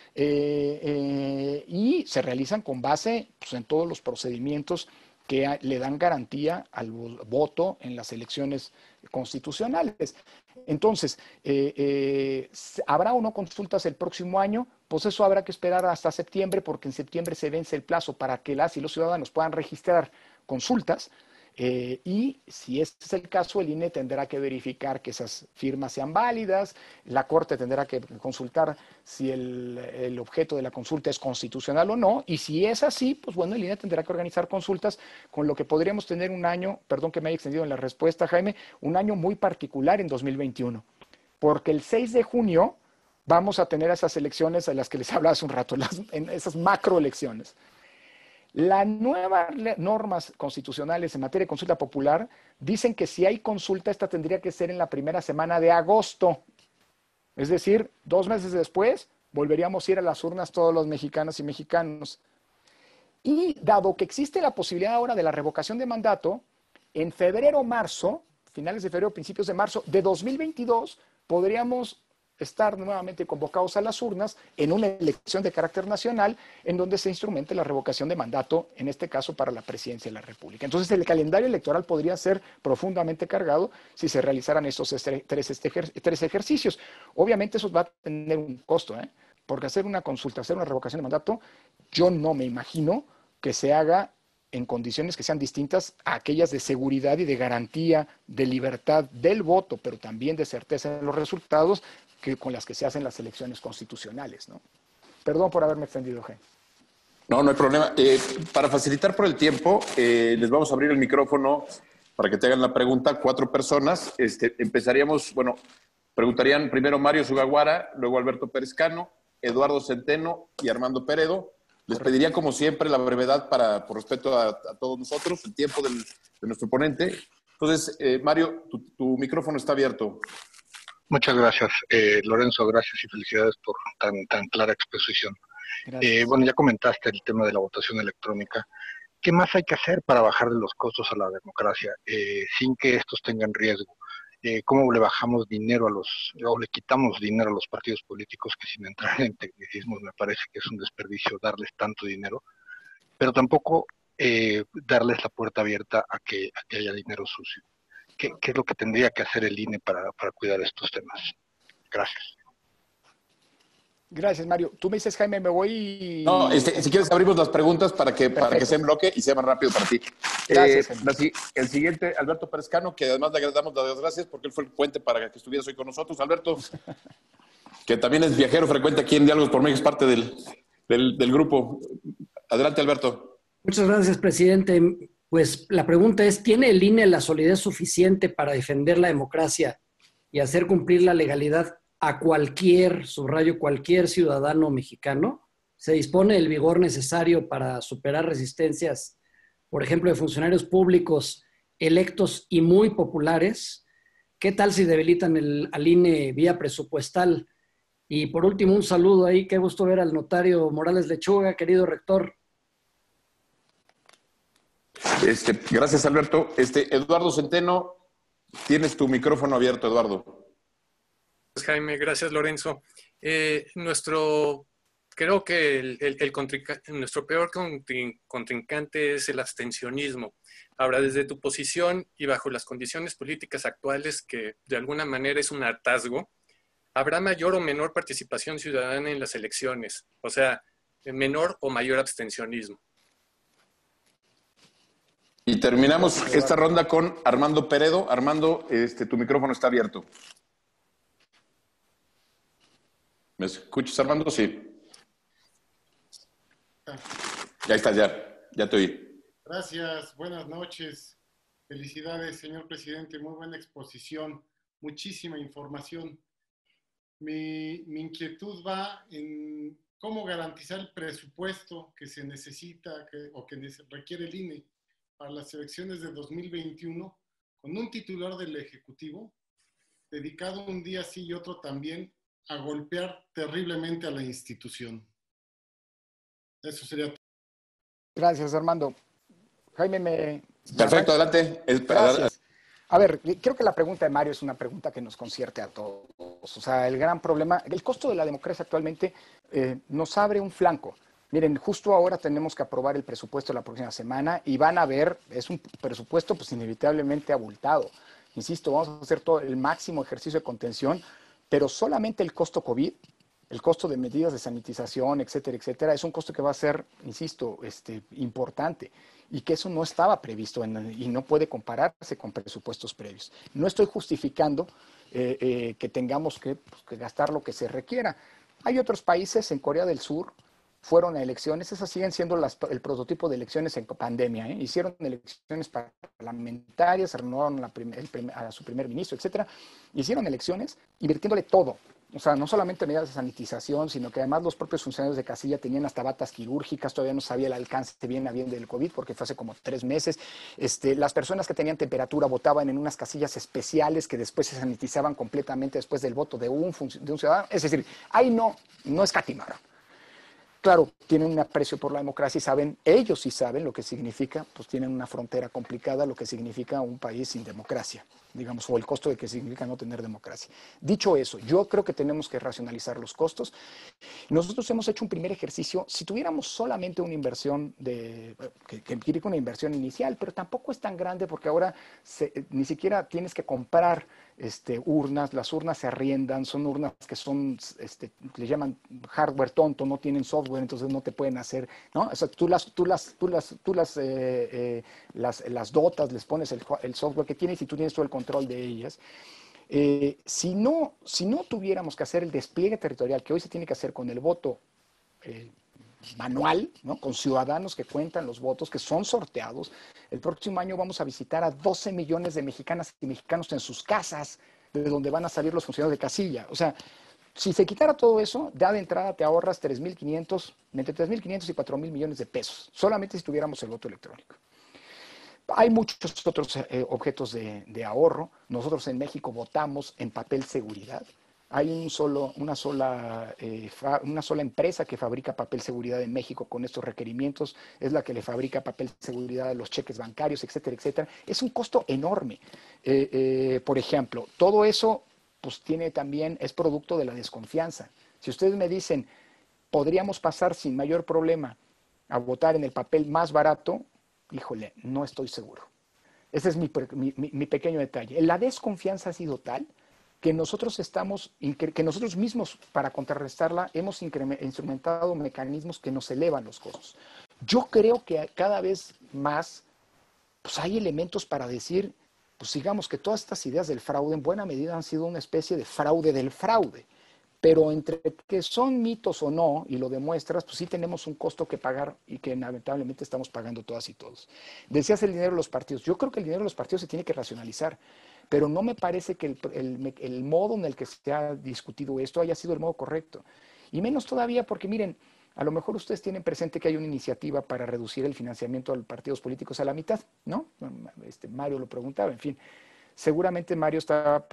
Y se realizan con base pues, en todos los procedimientos que le dan garantía al voto en las elecciones constitucionales. Entonces, ¿habrá o no consultas el próximo año? Pues eso habrá que esperar hasta septiembre, porque en septiembre se vence el plazo para que las y los ciudadanos puedan registrar consultas. Y si este es el caso, el INE tendrá que verificar que esas firmas sean válidas, la Corte tendrá que consultar si el objeto de la consulta es constitucional o no, y si es así, pues bueno, el INE tendrá que organizar consultas, con lo que podríamos tener un año, perdón que me haya extendido en la respuesta, Jaime, un año muy particular en 2021, porque el 6 de junio vamos a tener esas elecciones a las que les hablaba hace un rato, esas macroelecciones. Las nuevas normas constitucionales en materia de consulta popular dicen que si hay consulta, esta tendría que ser en la primera semana de agosto. Es decir, 2 meses después, volveríamos a ir a las urnas todos los mexicanos y mexicanos. Y dado que existe la posibilidad ahora de la revocación de mandato, en febrero o marzo, finales de febrero, principios de marzo de 2022, podríamos estar nuevamente convocados a las urnas en una elección de carácter nacional en donde se instrumente la revocación de mandato, en este caso para la presidencia de la República. Entonces el calendario electoral podría ser profundamente cargado si se realizaran estos tres ejercicios. Obviamente eso va a tener un costo, porque hacer una consulta, hacer una revocación de mandato, yo no me imagino que se haga en condiciones que sean distintas a aquellas de seguridad y de garantía de libertad del voto, pero también de certeza de los resultados con las que se hacen las elecciones constitucionales, ¿no? Perdón por haberme extendido, Gen. No, no hay problema. Para facilitar por el tiempo, les vamos a abrir el micrófono para que te hagan la pregunta. 4 personas. Empezaríamos, bueno, preguntarían primero Mario Sugawara, luego Alberto Pérez Cano, Eduardo Centeno y Armando Peredo. Les pediría, como siempre, la brevedad por respeto a todos nosotros, el tiempo de nuestro ponente. Entonces, Mario, tu micrófono está abierto. Muchas gracias, Lorenzo, gracias y felicidades por tan clara exposición. Bueno, ya comentaste el tema de la votación electrónica. ¿Qué más hay que hacer para bajarle los costos a la democracia sin que estos tengan riesgo? ¿Cómo le bajamos dinero o le quitamos dinero a los partidos políticos, que sin entrar en tecnicismos me parece que es un desperdicio darles tanto dinero, pero tampoco darles la puerta abierta a que haya dinero sucio? ¿Qué es lo que tendría que hacer el INE para cuidar estos temas? Gracias. Gracias, Mario. Tú me dices, Jaime, me voy... No, si quieres abrimos las preguntas para que sea en bloque y sea más rápido para ti. Gracias, Jaime. El siguiente, Alberto Pérez Cano, que además le damos las gracias porque él fue el puente para que estuvieras hoy con nosotros. Alberto, que también es viajero frecuente aquí en Diálogos por México, es parte del grupo. Adelante, Alberto. Muchas gracias, presidente. Pues la pregunta es, ¿tiene el INE la solidez suficiente para defender la democracia y hacer cumplir la legalidad a cualquier ciudadano mexicano? ¿Se dispone del vigor necesario para superar resistencias, por ejemplo, de funcionarios públicos electos y muy populares? ¿Qué tal si debilitan al INE vía presupuestal? Y por último, un saludo ahí, qué gusto ver al notario Morales Lechuga, querido rector. Gracias, Alberto. Eduardo Centeno, tienes tu micrófono abierto, Eduardo. Jaime, gracias, Lorenzo. Creo que nuestro peor contrincante es el abstencionismo. Ahora, desde tu posición y bajo las condiciones políticas actuales, que de alguna manera es un hartazgo, habrá mayor o menor participación ciudadana en las elecciones, o sea, menor o mayor abstencionismo. Y terminamos esta ronda con Armando Peredo. Armando, tu micrófono está abierto. ¿Me escuchas, Armando? Sí. Ya estás, ya te oí. Gracias, buenas noches. Felicidades, señor presidente. Muy buena exposición, muchísima información. Mi inquietud va en cómo garantizar el presupuesto que se necesita o que requiere el INE para las elecciones de 2021, con un titular del Ejecutivo dedicado un día sí y otro también a golpear terriblemente a la institución. Eso sería todo. Gracias, Armando. Jaime, Perfecto, adelante. Gracias. A ver, creo que la pregunta de Mario es una pregunta que nos concierte a todos. O sea, el gran problema, el costo de la democracia actualmente nos abre un flanco. Miren, justo ahora tenemos que aprobar el presupuesto la próxima semana y van a ver, es un presupuesto pues inevitablemente abultado. Insisto, vamos a hacer todo el máximo ejercicio de contención, pero solamente el costo COVID, el costo de medidas de sanitización, etcétera, es un costo que va a ser, insisto, importante y que eso no estaba previsto y no puede compararse con presupuestos previos. No estoy justificando que tengamos que gastar lo que se requiera. Hay otros países, en Corea del Sur, fueron a elecciones, esas siguen siendo el prototipo de elecciones en pandemia, hicieron elecciones parlamentarias, se renovaron a su primer ministro, etcétera, hicieron elecciones invirtiéndole todo, o sea, no solamente medidas de sanitización, sino que además los propios funcionarios de casilla tenían hasta batas quirúrgicas, todavía no sabía el alcance bien del COVID, porque fue hace como 3 meses, las personas que tenían temperatura votaban en unas casillas especiales que después se sanitizaban completamente después del voto de un ciudadano, es decir, ahí no escatimaron. claro, tienen un aprecio por la democracia y saben, ellos sí saben lo que significa, pues tienen una frontera complicada, lo que significa un país sin democracia, digamos, o el costo de que significa no tener democracia. Dicho eso, yo creo que tenemos que racionalizar los costos. Nosotros hemos hecho un primer ejercicio, si tuviéramos solamente una inversión que implica una inversión inicial, pero tampoco es tan grande porque ahora ni siquiera tienes que comprar urnas, las urnas se arriendan, son urnas que son, le llaman hardware tonto, no tienen software, entonces no te pueden hacer, ¿no? O sea, tú las dotas, les pones el software que tienes y tú tienes todo el control de ellas. Si no tuviéramos que hacer el despliegue territorial que hoy se tiene que hacer con el voto manual, ¿no? Con ciudadanos que cuentan los votos, que son sorteados, el próximo año vamos a visitar a 12 millones de mexicanas y mexicanos en sus casas, de donde van a salir los funcionarios de casilla. O sea, si se quitara todo eso, ya de entrada te ahorras entre 3.500 y 4.000 millones de pesos, solamente si tuviéramos el voto electrónico. Hay muchos otros objetos de ahorro. Nosotros en México votamos en papel seguridad. Hay una sola empresa que fabrica papel seguridad en México con estos requerimientos. Es la que le fabrica papel seguridad a los cheques bancarios, etcétera, etcétera. Es un costo enorme. Por ejemplo, todo eso pues es producto de la desconfianza. Si ustedes me dicen, podríamos pasar sin mayor problema a votar en el papel más barato, híjole, no estoy seguro. Ese es mi pequeño detalle. La desconfianza ha sido tal que nosotros mismos, para contrarrestarla, hemos instrumentado mecanismos que nos elevan los costos. Yo creo que cada vez más pues hay elementos para decir, pues digamos que todas estas ideas del fraude en buena medida han sido una especie de fraude del fraude. Pero entre que son mitos o no, y lo demuestras, pues sí tenemos un costo que pagar y que lamentablemente estamos pagando todas y todos. Decías el dinero de los partidos. Yo creo que el dinero de los partidos se tiene que racionalizar, pero no me parece que el modo en el que se ha discutido esto haya sido el modo correcto. Y menos todavía porque, miren, a lo mejor ustedes tienen presente que hay una iniciativa para reducir el financiamiento a los partidos políticos a la mitad, ¿no? Mario lo preguntaba, en fin. Seguramente Mario está,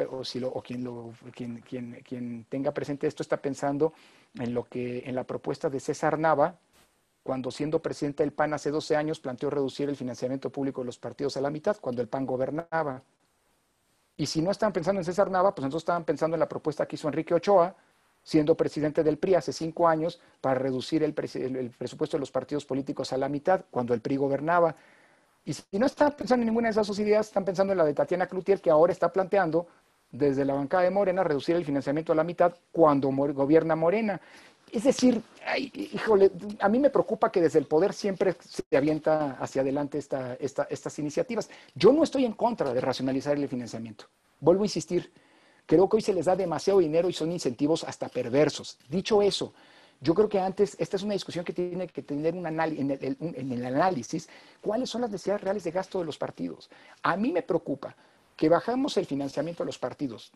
quien tenga presente esto, está pensando en la propuesta de César Nava, cuando siendo presidente del PAN hace 12 años planteó reducir el financiamiento público de los partidos a la mitad, cuando el PAN gobernaba. Y si no estaban pensando en César Nava, pues entonces estaban pensando en la propuesta que hizo Enrique Ochoa, siendo presidente del PRI hace 5 años, para reducir el presupuesto de los partidos políticos a la mitad, cuando el PRI gobernaba. Y si no están pensando en ninguna de esas dos ideas, están pensando en la de Tatiana Cloutier, que ahora está planteando desde la bancada de Morena reducir el financiamiento a la mitad cuando gobierna Morena. Es decir, híjole, a mí me preocupa que desde el poder siempre se avienta hacia adelante estas iniciativas. Yo no estoy en contra de racionalizar el financiamiento. Vuelvo a insistir, creo que hoy se les da demasiado dinero y son incentivos hasta perversos. Dicho eso, yo creo que antes, esta es una discusión que tiene que tener en el análisis, cuáles son las necesidades reales de gasto de los partidos. A mí me preocupa que bajamos el financiamiento a los partidos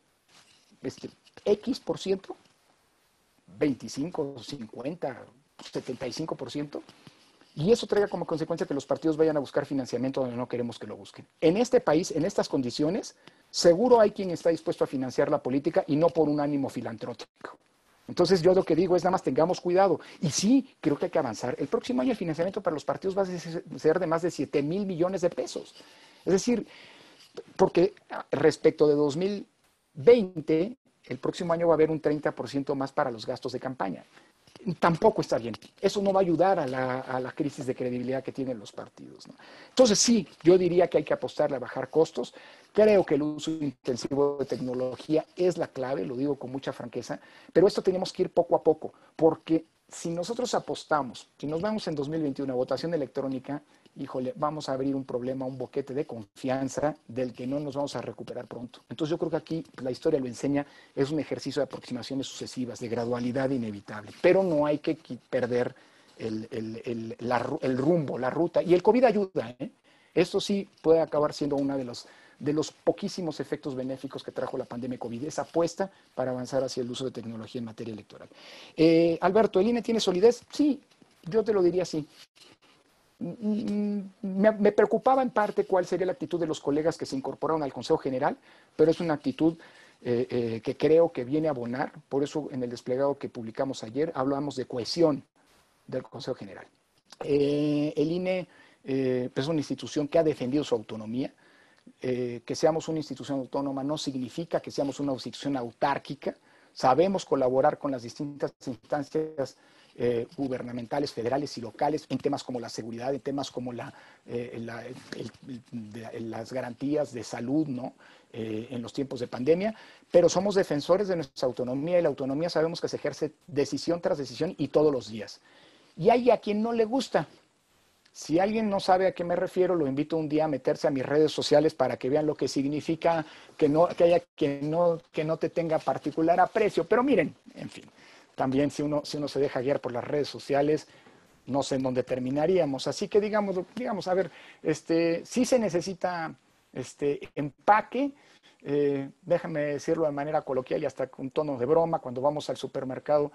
X%, 25, 50, 75%, y eso traiga como consecuencia que los partidos vayan a buscar financiamiento donde no queremos que lo busquen. En este país, en estas condiciones, seguro hay quien está dispuesto a financiar la política y no por un ánimo filantrópico. Entonces yo lo que digo es nada más tengamos cuidado. Y sí, creo que hay que avanzar. El próximo año el financiamiento para los partidos va a ser de más de 7,000 millones de pesos. Es decir, porque respecto de 2020, el próximo año va a haber un 30% más para los gastos de campaña. Tampoco está bien. Eso no va a ayudar a la crisis de credibilidad que tienen los partidos, ¿no? Entonces sí, yo diría que hay que apostarle a bajar costos. Creo que el uso intensivo de tecnología es la clave, lo digo con mucha franqueza, pero esto tenemos que ir poco a poco, porque si nosotros apostamos, si nos vamos en 2021 a votación electrónica, híjole, vamos a abrir un problema, un boquete de confianza del que no nos vamos a recuperar pronto. Entonces yo creo que aquí la historia lo enseña, es un ejercicio de aproximaciones sucesivas, de gradualidad inevitable, pero no hay que perder el rumbo, la ruta, y el COVID ayuda, ¿eh? Esto sí puede acabar siendo uno de los poquísimos efectos benéficos que trajo la pandemia COVID, esa apuesta para avanzar hacia el uso de tecnología en materia electoral. Alberto, ¿el INE tiene solidez? Sí, yo te lo diría así. Me preocupaba en parte cuál sería la actitud de los colegas que se incorporaron al Consejo General, pero es una actitud que creo que viene a abonar. Por eso en el desplegado que publicamos ayer hablamos de cohesión. del Consejo General. El INE es una institución que ha defendido su autonomía. Que seamos una institución autónoma no significa que seamos una institución autárquica. Sabemos colaborar con las distintas instancias gubernamentales, federales y locales en temas como la seguridad, en temas como las garantías de salud, ¿no? En los tiempos de pandemia, pero somos defensores de nuestra autonomía y la autonomía sabemos que se ejerce decisión tras decisión y todos los días. Y hay a quien no le gusta. Si alguien no sabe a qué me refiero, lo invito un día a meterse a mis redes sociales para que vean lo que significa que haya quien no te tenga particular aprecio. Pero miren, en fin, también si uno se deja guiar por las redes sociales, no sé en dónde terminaríamos. Así que digamos, a ver, sí se necesita empaque, déjame decirlo de manera coloquial y hasta con tono de broma, cuando vamos al supermercado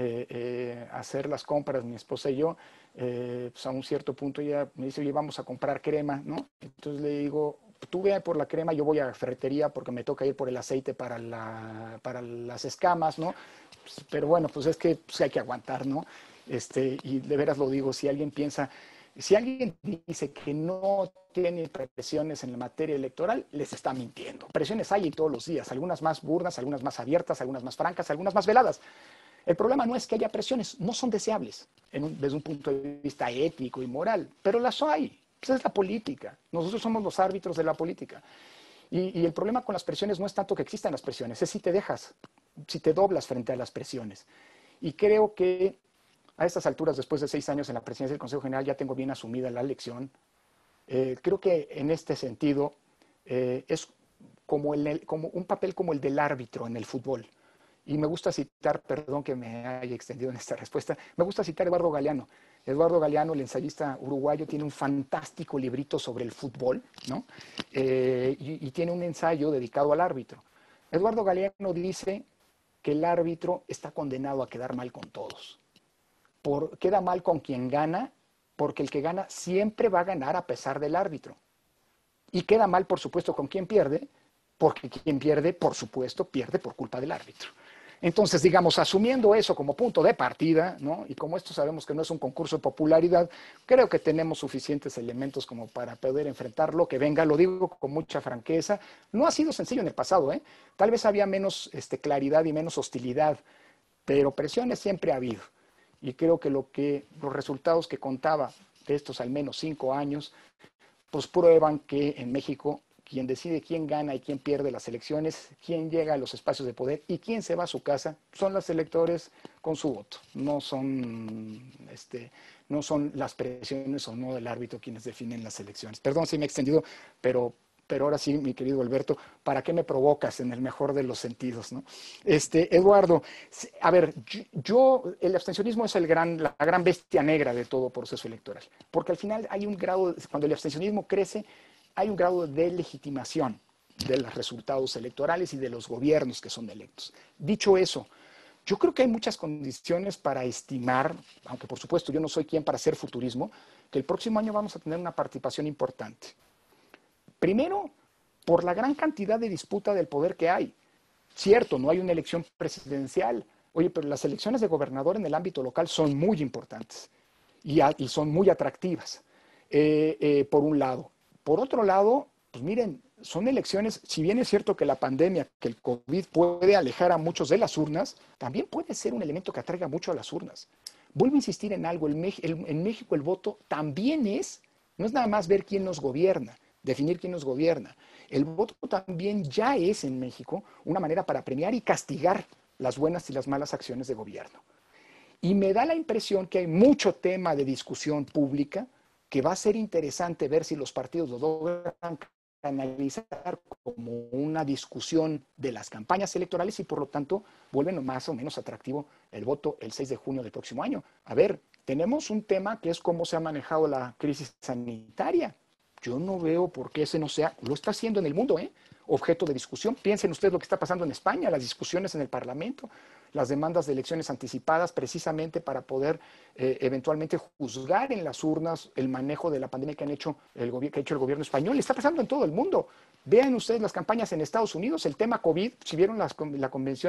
a hacer las compras, mi esposa y yo, pues a un cierto punto ella me dice, oye, vamos a comprar crema, ¿no? Entonces le digo, tú ve por la crema, yo voy a la ferretería porque me toca ir por el aceite para las escamas, ¿no? Pues, pero bueno, pues es que pues hay que aguantar, ¿no? Y de veras lo digo, si alguien dice que no tiene presiones en la materia electoral, les está mintiendo. Presiones hay todos los días, algunas más burdas, algunas más abiertas, algunas más francas, algunas más veladas. El problema no es que haya presiones, no son deseables desde un punto de vista ético y moral, pero las hay. Esa es la política. Nosotros somos los árbitros de la política. Y el problema con las presiones no es tanto que existan las presiones, es si te dejas, si te doblas frente a las presiones. Y creo que a estas alturas, después de 6 años en la presidencia del Consejo General, ya tengo bien asumida la lección. Creo que en este sentido es como un papel como el del árbitro en el fútbol. Y me gusta citar, perdón que me haya extendido en esta respuesta, me gusta citar a Eduardo Galeano. Eduardo Galeano, el ensayista uruguayo, tiene un fantástico librito sobre el fútbol, ¿no? Y tiene un ensayo dedicado al árbitro. Eduardo Galeano dice que el árbitro está condenado a quedar mal con todos. Queda mal con quien gana, porque el que gana siempre va a ganar a pesar del árbitro. Y queda mal, por supuesto, con quien pierde, porque quien pierde, por supuesto, pierde por culpa del árbitro. Entonces, digamos, asumiendo eso como punto de partida, ¿no? Y como esto sabemos que no es un concurso de popularidad, creo que tenemos suficientes elementos como para poder enfrentar lo que venga. Lo digo con mucha franqueza. No ha sido sencillo en el pasado, ¿eh? Tal vez había menos claridad y menos hostilidad, pero presiones siempre ha habido. Y creo que los resultados que contaba de estos al menos 5 años, pues prueban que en México quien decide quién gana y quién pierde las elecciones, quién llega a los espacios de poder y quién se va a su casa, son los electores con su voto. No son las presiones o no del árbitro quienes definen las elecciones. Perdón si me he extendido, pero ahora sí, mi querido Alberto, ¿para qué me provocas en el mejor de los sentidos, ¿no? Eduardo, a ver, el abstencionismo es la gran bestia negra de todo proceso electoral, porque al final hay un grado, cuando el abstencionismo crece, hay un grado de legitimación de los resultados electorales y de los gobiernos que son electos. Dicho eso, yo creo que hay muchas condiciones para estimar, aunque por supuesto yo no soy quien para hacer futurismo, que el próximo año vamos a tener una participación importante. Primero, por la gran cantidad de disputa del poder que hay. Cierto, no hay una elección presidencial. Oye, pero las elecciones de gobernador en el ámbito local son muy importantes y son muy atractivas, por un lado. Por otro lado, pues miren, son elecciones, si bien es cierto que la pandemia, que el COVID puede alejar a muchos de las urnas, también puede ser un elemento que atraiga mucho a las urnas. Vuelvo a insistir en algo, en México el voto también no es nada más ver quién nos gobierna, definir quién nos gobierna. El voto también ya es en México una manera para premiar y castigar las buenas y las malas acciones de gobierno. Y me da la impresión que hay mucho tema de discusión pública que va a ser interesante ver si los partidos lo logran canalizar como una discusión de las campañas electorales y por lo tanto vuelven más o menos atractivo el voto el 6 de junio del próximo año. A ver, tenemos un tema que es cómo se ha manejado la crisis sanitaria. Yo no veo por qué ese no sea, lo está haciendo en el mundo, objeto de discusión. Piensen ustedes lo que está pasando en España, las discusiones en el Parlamento, las demandas de elecciones anticipadas precisamente para poder eventualmente juzgar en las urnas el manejo de la pandemia que ha hecho el gobierno español. Está pasando en todo el mundo. Vean ustedes las campañas en Estados Unidos, el tema COVID, si vieron la convención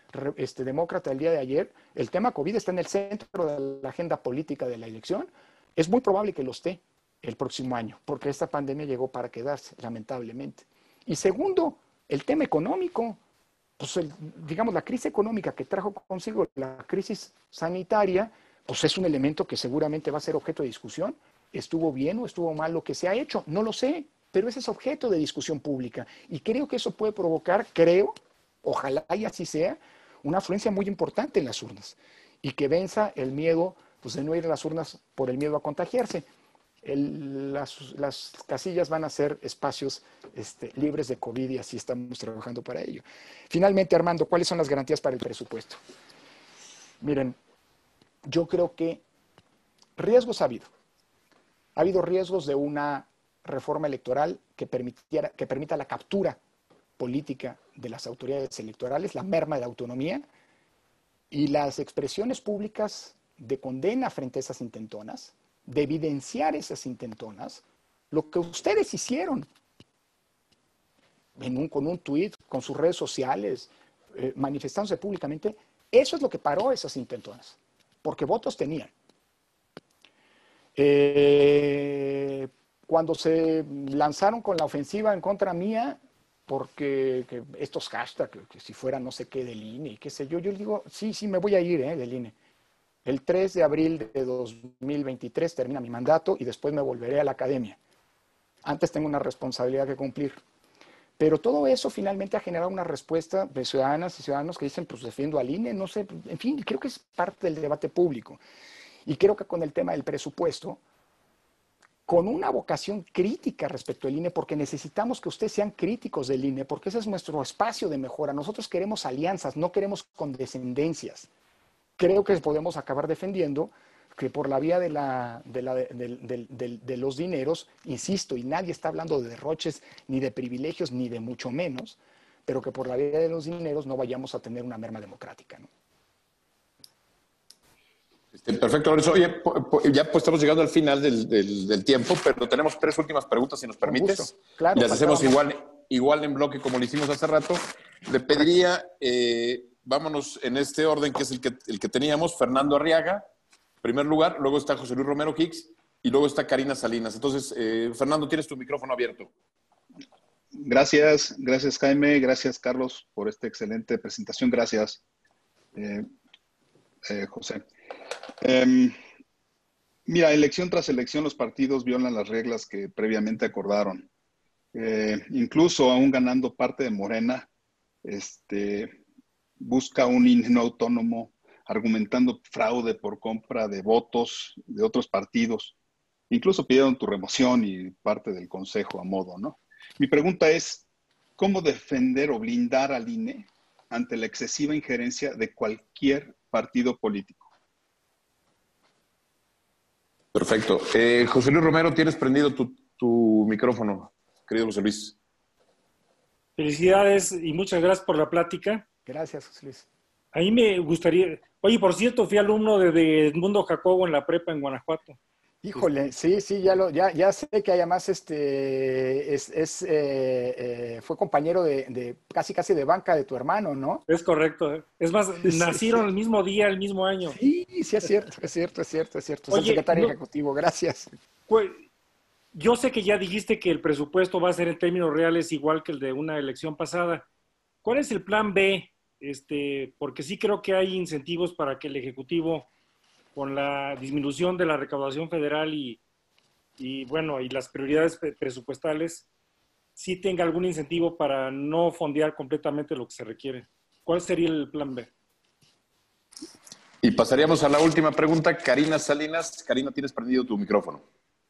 demócrata el día de ayer, el tema COVID está en el centro de la agenda política de la elección. Es muy probable que lo esté el próximo año, porque esta pandemia llegó para quedarse, lamentablemente. Y segundo, el tema económico. Pues digamos, la crisis económica que trajo consigo la crisis sanitaria, pues es un elemento que seguramente va a ser objeto de discusión. ¿Estuvo bien o estuvo mal lo que se ha hecho? No lo sé, pero ese es objeto de discusión pública. Y creo que eso puede provocar, ojalá y así sea, una afluencia muy importante en las urnas y que venza el miedo pues, de no ir a las urnas por el miedo a contagiarse. Las casillas van a ser espacios libres de COVID y así estamos trabajando para ello. Finalmente, Armando, ¿cuáles son las garantías para el presupuesto? Miren, yo creo que riesgos ha habido. Ha habido riesgos de una reforma electoral que permita la captura política de las autoridades electorales, la merma de autonomía y las expresiones públicas de condena frente a esas intentonas, de evidenciar esas intentonas, lo que ustedes hicieron con un tuit, con sus redes sociales, manifestándose públicamente, eso es lo que paró esas intentonas, porque votos tenían. Cuando se lanzaron con la ofensiva en contra mía, porque estos hashtags, que si fuera no sé qué del INE y qué sé yo digo, sí, me voy a ir del INE. El 3 de abril de 2023 termina mi mandato y después me volveré a la academia. Antes tengo una responsabilidad que cumplir. Pero todo eso finalmente ha generado una respuesta de ciudadanas y ciudadanos que dicen, pues defiendo al INE, no sé, en fin, creo que es parte del debate público. Y creo que con el tema del presupuesto, con una vocación crítica respecto al INE, porque necesitamos que ustedes sean críticos del INE, porque ese es nuestro espacio de mejora. Nosotros queremos alianzas, no queremos condescendencias. Creo que podemos acabar defendiendo que por la vía de los dineros, insisto, y nadie está hablando de derroches, ni de privilegios, ni de mucho menos, pero que por la vía de los dineros no vayamos a tener una merma democrática, ¿no? Perfecto, Lorenzo. Oye, ya pues estamos llegando al final del tiempo, pero tenemos 3 últimas preguntas, si nos permites. Claro, y las hacemos igual en bloque como lo hicimos hace rato. Le pediría, vámonos en este orden que es el que teníamos, Fernando Arriaga, en primer lugar, luego está José Luis Romero Hicks y luego está Karina Salinas. Entonces, Fernando, tienes tu micrófono abierto. Gracias Jaime, gracias Carlos por esta excelente presentación. Gracias, José. Mira, elección tras elección los partidos violan las reglas que previamente acordaron. Incluso aún ganando parte de Morena, busca un INE no autónomo, argumentando fraude por compra de votos de otros partidos. Incluso pidieron tu remoción y parte del consejo a modo, ¿no? Mi pregunta es, ¿cómo defender o blindar al INE ante la excesiva injerencia de cualquier partido político? Perfecto. José Luis Romero, tienes prendido tu micrófono, querido José Luis. Felicidades y muchas gracias por la plática. Gracias, José Luis. A mí me gustaría... Oye, por cierto, fui alumno de Edmundo Jacobo en la prepa en Guanajuato. Híjole, sí, ya sé que además fue compañero de casi de banca de tu hermano, ¿no? Es correcto. Es más, nacieron el mismo día, el mismo año. Sí, es cierto. Es el secretario ejecutivo, gracias. Pues, yo sé que ya dijiste que el presupuesto va a ser en términos reales igual que el de una elección pasada. ¿Cuál es el plan B? Porque sí creo que hay incentivos para que el Ejecutivo, con la disminución de la recaudación federal y las prioridades presupuestales, sí tenga algún incentivo para no fondear completamente lo que se requiere. ¿Cuál sería el plan B? Y pasaríamos a la última pregunta. Karina Salinas. Karina, tienes prendido tu micrófono.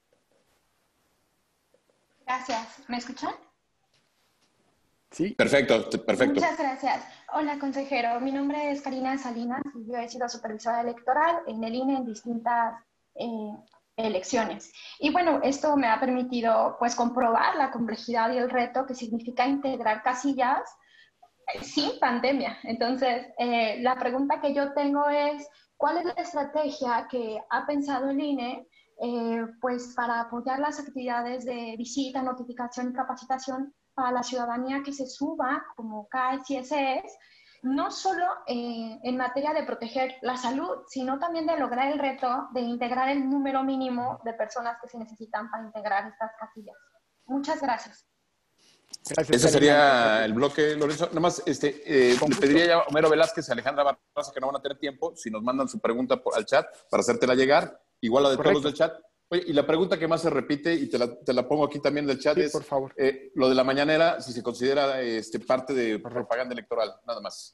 Gracias. ¿Me escuchan? Sí. Perfecto. Muchas gracias. Hola, consejero. Mi nombre es Karina Salinas y yo he sido supervisora electoral en el INE en distintas elecciones. Y bueno, esto me ha permitido pues comprobar la complejidad y el reto que significa integrar casillas sin pandemia. Entonces, la pregunta que yo tengo es, ¿cuál es la estrategia que ha pensado el INE pues para apoyar las actividades de visita, notificación y capacitación para la ciudadanía que se suba como CAES y SES no solo en materia de proteger la salud, sino también de lograr el reto de integrar el número mínimo de personas que se necesitan para integrar estas casillas. Muchas gracias. Gracias, Ese Karina. sería el bloque, Lorenzo. Nada más, le pediría ya a Homero Velázquez y Alejandra Barraza, que no van a tener tiempo, si nos mandan su pregunta al chat para hacértela llegar, igual la de Correcto. todos los del chat. Oye, y la pregunta que más se repite, y te la pongo aquí también del chat, Sí, es por favor. lo de la mañanera, si se considera parte de propaganda electoral, nada más.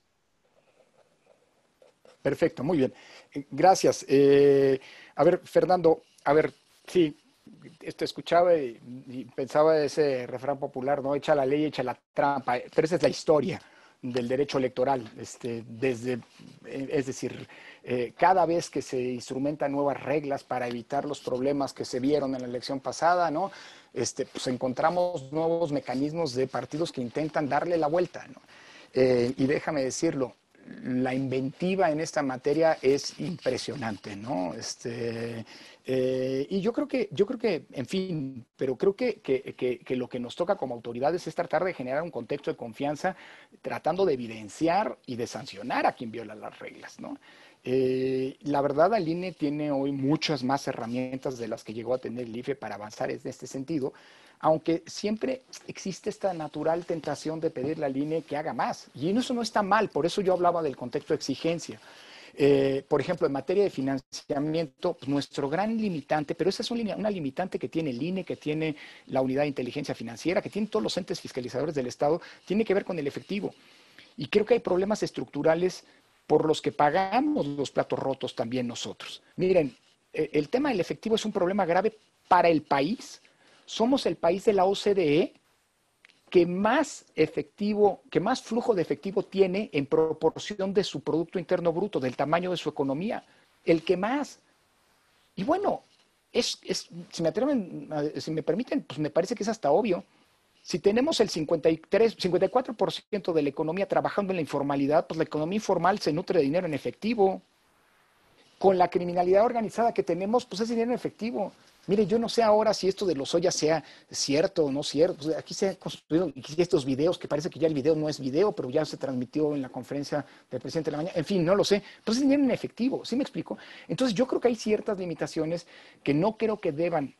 Perfecto, muy bien. Gracias. A ver, Fernando, sí, escuchaba y pensaba ese refrán popular, ¿no? Echa la ley, echa la trampa, pero esa es la historia del derecho electoral. Es decir, cada vez que se instrumentan nuevas reglas para evitar los problemas que se vieron en la elección pasada, ¿no? Pues encontramos nuevos mecanismos de partidos que intentan darle la vuelta, ¿no? Y déjame decirlo, la inventiva en esta materia es impresionante, ¿no? Y yo creo que, en fin, pero creo que lo que nos toca como autoridades es tratar de generar un contexto de confianza, tratando de evidenciar y de sancionar a quien viola las reglas, ¿no? La verdad, el INE tiene hoy muchas más herramientas de las que llegó a tener el IFE para avanzar en este sentido, aunque siempre existe esta natural tentación de pedirle al INE que haga más. Y eso no está mal, por eso yo hablaba del contexto de exigencia. Por ejemplo, en materia de financiamiento, pues nuestro gran limitante, pero esa es una limitante que tiene el INE, que tiene la Unidad de Inteligencia Financiera, que tiene todos los entes fiscalizadores del Estado, tiene que ver con el efectivo. Y creo que hay problemas estructurales por los que pagamos los platos rotos también nosotros. Miren, el tema del efectivo es un problema grave para el país. Somos el país de la OCDE que más flujo de efectivo tiene en proporción de su Producto Interno Bruto, del tamaño de su economía. El que más. Y bueno, si me permiten, pues me parece que es hasta obvio. Si tenemos el 54% de la economía trabajando en la informalidad, pues la economía informal se nutre de dinero en efectivo. Con la criminalidad organizada que tenemos, pues es dinero en efectivo. Mire, yo no sé ahora si esto de Lozoya sea cierto o no cierto. Pues aquí se han construido estos videos, que parece que ya el video no es video, pero ya se transmitió en la conferencia del presidente de la mañana. En fin, no lo sé. Pues es dinero en efectivo, ¿sí me explico? Entonces yo creo que hay ciertas limitaciones que no creo que deban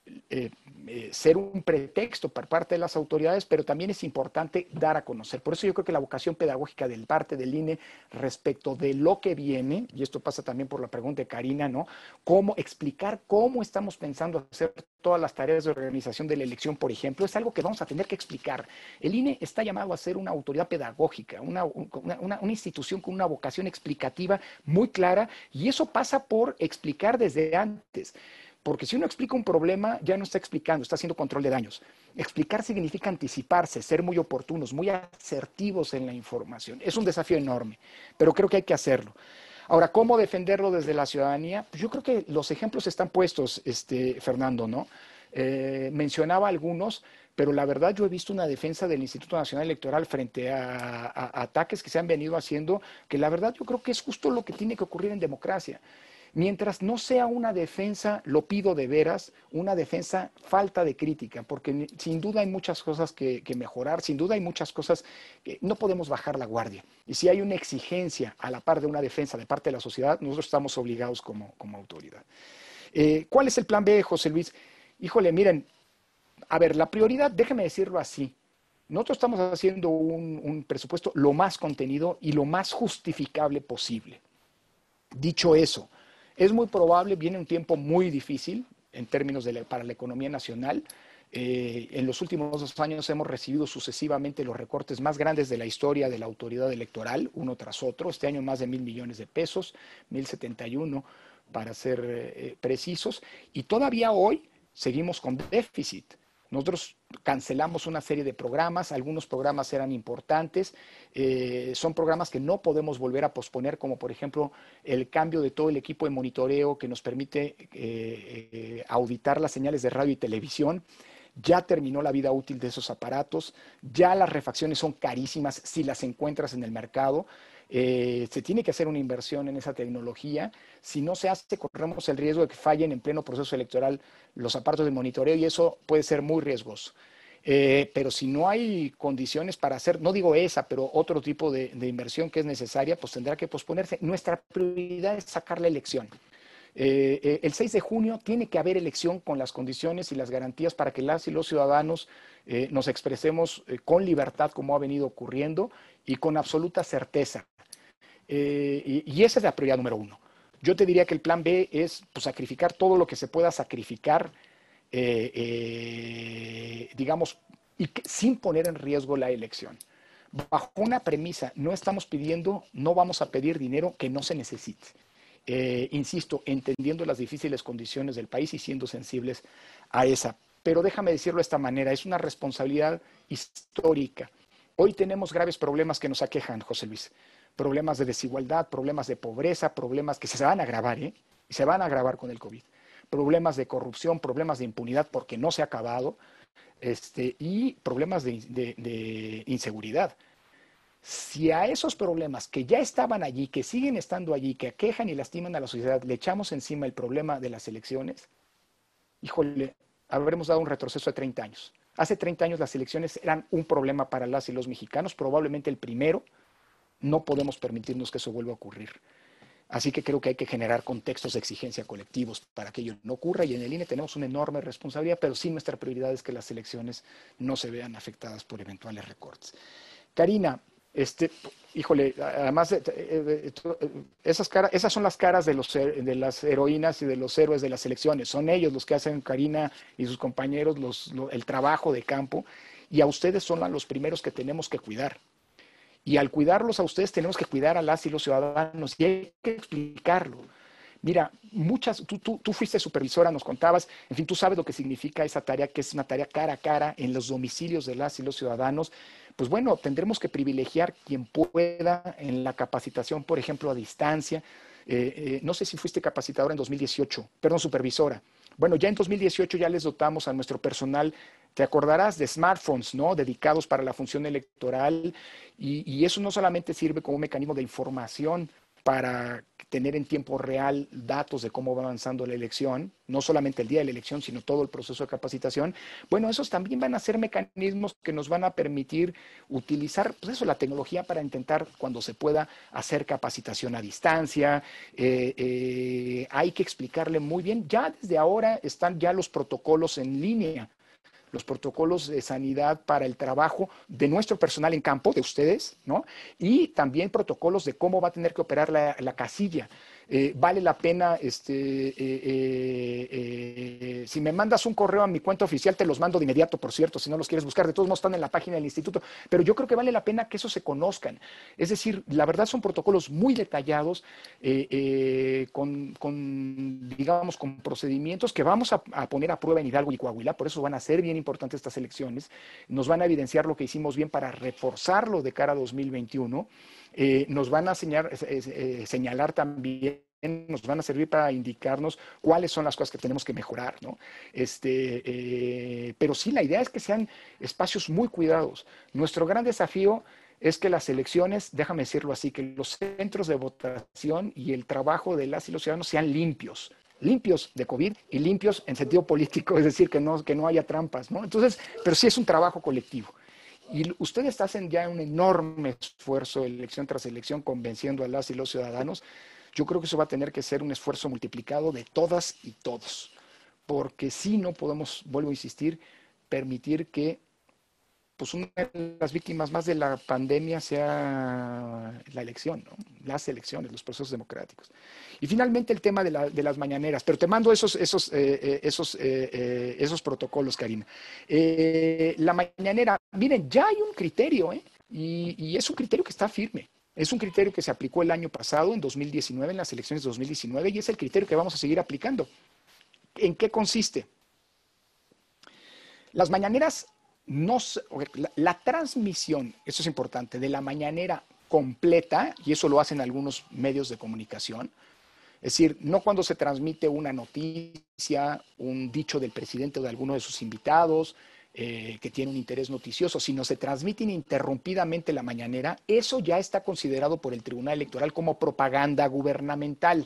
ser un pretexto por parte de las autoridades, pero también es importante dar a conocer. Por eso yo creo que la vocación pedagógica del parte del INE respecto de lo que viene, y esto pasa también por la pregunta de Karina, ¿no? Cómo explicar cómo estamos pensando hacer todas las tareas de organización de la elección, por ejemplo, es algo que vamos a tener que explicar. El INE está llamado a ser una autoridad pedagógica, una institución con una vocación explicativa muy clara, y eso pasa por explicar desde antes. Porque si uno explica un problema, ya no está explicando, está haciendo control de daños. Explicar significa anticiparse, ser muy oportunos, muy asertivos en la información. Es un desafío enorme, pero creo que hay que hacerlo. Ahora, ¿cómo defenderlo desde la ciudadanía? Pues yo creo que los ejemplos están puestos, Fernando, ¿no? Mencionaba algunos, pero la verdad yo he visto una defensa del Instituto Nacional Electoral frente a ataques que se han venido haciendo, que la verdad yo creo que es justo lo que tiene que ocurrir en democracia. Mientras no sea una defensa, lo pido de veras, una defensa falta de crítica, porque sin duda hay muchas cosas que mejorar, sin duda hay muchas cosas que no podemos bajar la guardia. Y si hay una exigencia a la par de una defensa de parte de la sociedad, nosotros estamos obligados como autoridad. ¿Cuál es el plan B, José Luis? Híjole, miren, a ver, la prioridad, déjeme decirlo así, nosotros estamos haciendo un presupuesto lo más contenido y lo más justificable posible. Dicho eso, es muy probable, viene un tiempo muy difícil en términos para la economía nacional. En los últimos 2 años hemos recibido sucesivamente los recortes más grandes de la historia de la autoridad electoral, uno tras otro. Este año más de 1,000 millones de pesos, 1,071 para ser precisos. Y todavía hoy seguimos con déficit. Nosotros cancelamos una serie de programas, algunos programas eran importantes, son programas que no podemos volver a posponer, como por ejemplo el cambio de todo el equipo de monitoreo que nos permite auditar las señales de radio y televisión. Ya terminó la vida útil de esos aparatos, ya las refacciones son carísimas si las encuentras en el mercado. Se tiene que hacer una inversión en esa tecnología. Si no se hace, corremos el riesgo de que fallen en pleno proceso electoral los aparatos de monitoreo y eso puede ser muy riesgoso. Pero si no hay condiciones para hacer, no digo esa, pero otro tipo de inversión que es necesaria, pues tendrá que posponerse. Nuestra prioridad es sacar la elección. El 6 de junio tiene que haber elección con las condiciones y las garantías para que las y los ciudadanos nos expresemos con libertad, como ha venido ocurriendo, y con absoluta certeza. Y esa es la prioridad número uno. Yo te diría que el plan B es pues, sacrificar todo lo que se pueda sacrificar, digamos, sin poner en riesgo la elección. Bajo una premisa, no estamos pidiendo, no vamos a pedir dinero que no se necesite. Insisto, entendiendo las difíciles condiciones del país y siendo sensibles a esa. Pero déjame decirlo de esta manera, es una responsabilidad histórica. Hoy tenemos graves problemas que nos aquejan, José Luis. Problemas de desigualdad, problemas de pobreza, problemas que se van a agravar, y se van a agravar con el COVID. Problemas de corrupción, problemas de impunidad porque no se ha acabado, y problemas de inseguridad. Si a esos problemas que ya estaban allí, que siguen estando allí, que aquejan y lastiman a la sociedad, le echamos encima el problema de las elecciones, híjole, habremos dado un retroceso de 30 años. Hace 30 años las elecciones eran un problema para las y los mexicanos, probablemente el primero. No podemos permitirnos que eso vuelva a ocurrir. Así que creo que hay que generar contextos de exigencia colectivos para que ello no ocurra, y en el INE tenemos una enorme responsabilidad, pero sí nuestra prioridad es que las elecciones no se vean afectadas por eventuales recortes. Karina, híjole, además esas son las caras de las heroínas y de los héroes de las elecciones. Son ellos los que hacen, Karina y sus compañeros, el trabajo de campo, y a ustedes son los primeros que tenemos que cuidar. Y al cuidarlos a ustedes tenemos que cuidar a las y los ciudadanos, y hay que explicarlo. Mira, tú fuiste supervisora, nos contabas, en fin, tú sabes lo que significa esa tarea, que es una tarea cara a cara en los domicilios de las y los ciudadanos. Pues bueno, tendremos que privilegiar quien pueda en la capacitación, por ejemplo, a distancia. No sé si fuiste capacitadora en 2018, perdón, supervisora. Bueno, ya en 2018 ya les dotamos a nuestro personal, te acordarás, de smartphones, ¿no? Dedicados para la función electoral, y eso no solamente sirve como un mecanismo de información para tener en tiempo real datos de cómo va avanzando la elección, no solamente el día de la elección, sino todo el proceso de capacitación. Bueno, esos también van a ser mecanismos que nos van a permitir utilizar, pues eso, la tecnología para intentar, cuando se pueda, hacer capacitación a distancia. Hay que explicarle muy bien. Ya desde ahora están ya los protocolos en línea, los protocolos de sanidad para el trabajo de nuestro personal en campo, de ustedes, ¿no? Y también protocolos de cómo va a tener que operar la casilla. Vale la pena, si me mandas un correo a mi cuenta oficial, te los mando de inmediato, por cierto, si no los quieres buscar, de todos modos están en la página del instituto, pero yo creo que vale la pena que esos se conozcan. Es decir, la verdad son protocolos muy detallados, digamos, con procedimientos que vamos a poner a prueba en Hidalgo y Coahuila, por eso van a ser bien importantes estas elecciones, nos van a evidenciar lo que hicimos bien para reforzarlo de cara a 2021, nos van a señalar también, nos van a servir para indicarnos cuáles son las cosas que tenemos que mejorar, ¿no? Pero sí, la idea es que sean espacios muy cuidados. Nuestro gran desafío es que las elecciones, déjame decirlo así, que los centros de votación y el trabajo de las y los ciudadanos sean limpios de COVID y limpios en sentido político, es decir, que no haya trampas, ¿no? Entonces, pero sí es un trabajo colectivo. Y ustedes hacen ya un enorme esfuerzo, elección tras elección, convenciendo a las y los ciudadanos. Yo creo que eso va a tener que ser un esfuerzo multiplicado de todas y todos, porque si no podemos, vuelvo a insistir, permitir que pues una de las víctimas más de la pandemia sea la elección, ¿no? Las elecciones, los procesos democráticos. Y finalmente el tema de las mañaneras, pero te mando esos protocolos, Karina. La mañanera, miren, ya hay un criterio, y es un criterio que está firme. Es un criterio que se aplicó el año pasado, en 2019, en las elecciones de 2019, y es el criterio que vamos a seguir aplicando. ¿En qué consiste? Las mañaneras, la transmisión, eso es importante, de la mañanera completa, y eso lo hacen algunos medios de comunicación, es decir, no cuando se transmite una noticia, un dicho del presidente o de alguno de sus invitados, que tiene un interés noticioso, sino se transmite ininterrumpidamente la mañanera, eso ya está considerado por el Tribunal Electoral como propaganda gubernamental.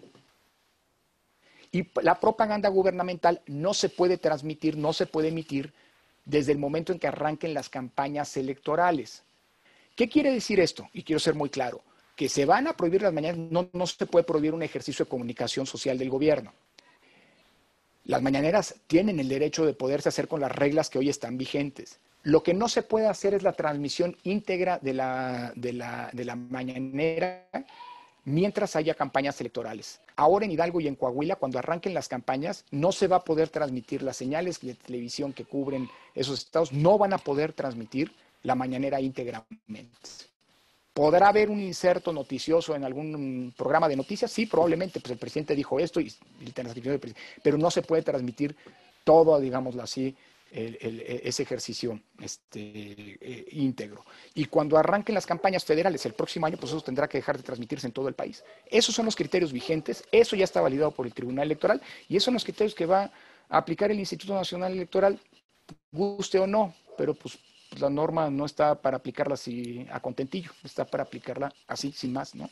Y la propaganda gubernamental no se puede transmitir, no se puede emitir desde el momento en que arranquen las campañas electorales. ¿Qué quiere decir esto? Y quiero ser muy claro, que se van a prohibir las mañaneras, no se puede prohibir un ejercicio de comunicación social del gobierno. Las mañaneras tienen el derecho de poderse hacer con las reglas que hoy están vigentes. Lo que no se puede hacer es la transmisión íntegra de la mañanera mientras haya campañas electorales. Ahora en Hidalgo y en Coahuila, cuando arranquen las campañas, no se va a poder transmitir las señales de televisión que cubren esos estados, no van a poder transmitir la mañanera íntegramente. ¿Podrá haber un inserto noticioso en algún programa de noticias? Sí, probablemente, pues el presidente dijo esto y transmitió el presidente, pero no se puede transmitir todo, digámoslo así, ese ejercicio íntegro. Y cuando arranquen las campañas federales el próximo año, pues eso tendrá que dejar de transmitirse en todo el país. Esos son los criterios vigentes, eso ya está validado por el Tribunal Electoral y esos son los criterios que va a aplicar el Instituto Nacional Electoral, guste o no, pero pues la norma no está para aplicarla así a contentillo, está para aplicarla así, sin más, ¿no?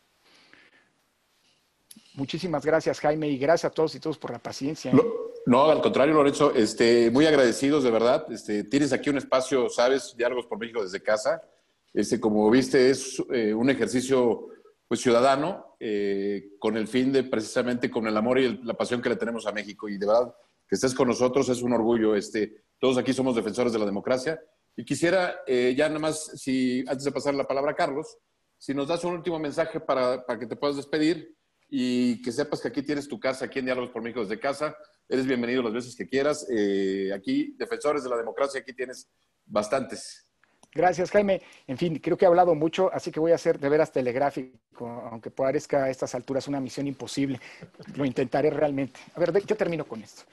Muchísimas gracias, Jaime, y gracias a todos y todos por la paciencia. No, al contrario, Lorenzo, muy agradecidos, de verdad. Tienes aquí un espacio, sabes, Diálogos por México desde casa. Como viste, es un ejercicio pues, ciudadano con el fin de, precisamente, con el amor y la pasión que le tenemos a México. Y de verdad, que estés con nosotros es un orgullo. Todos aquí somos defensores de la democracia. Y quisiera, ya nada más, antes de pasar la palabra a Carlos, si nos das un último mensaje para que te puedas despedir y que sepas que aquí tienes tu casa, aquí en Diálogos por México desde casa. Eres bienvenido las veces que quieras. Aquí, defensores de la democracia, aquí tienes bastantes. Gracias, Jaime. En fin, creo que he hablado mucho, así que voy a ser de veras telegráfico, aunque parezca a estas alturas una misión imposible. Lo intentaré realmente. A ver, yo termino con esto.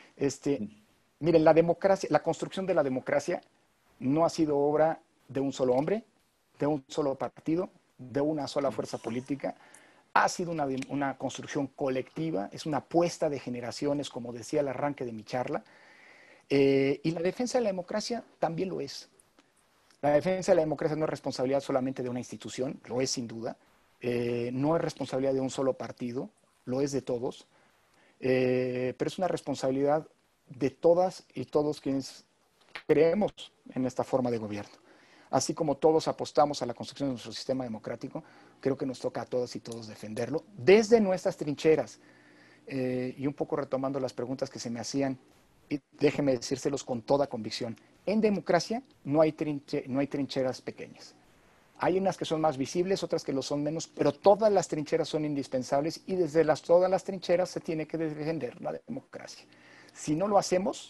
Miren, la democracia, la construcción de la democracia no ha sido obra de un solo hombre, de un solo partido, de una sola fuerza política. Ha sido una construcción colectiva, es una apuesta de generaciones, como decía al arranque de mi charla, y la defensa de la democracia también lo es. La defensa de la democracia no es responsabilidad solamente de una institución, lo es sin duda, no es responsabilidad de un solo partido, lo es de todos, pero es una responsabilidad de todas y todos quienes creemos en esta forma de gobierno. Así como todos apostamos a la construcción de nuestro sistema democrático, creo que nos toca a todas y todos defenderlo desde nuestras trincheras. Y un poco retomando las preguntas que se me hacían, y déjenme decírselos con toda convicción. En democracia no hay trincheras pequeñas. Hay unas que son más visibles, otras que lo son menos, pero todas las trincheras son indispensables y desde todas las trincheras se tiene que defender la democracia. Si no lo hacemos,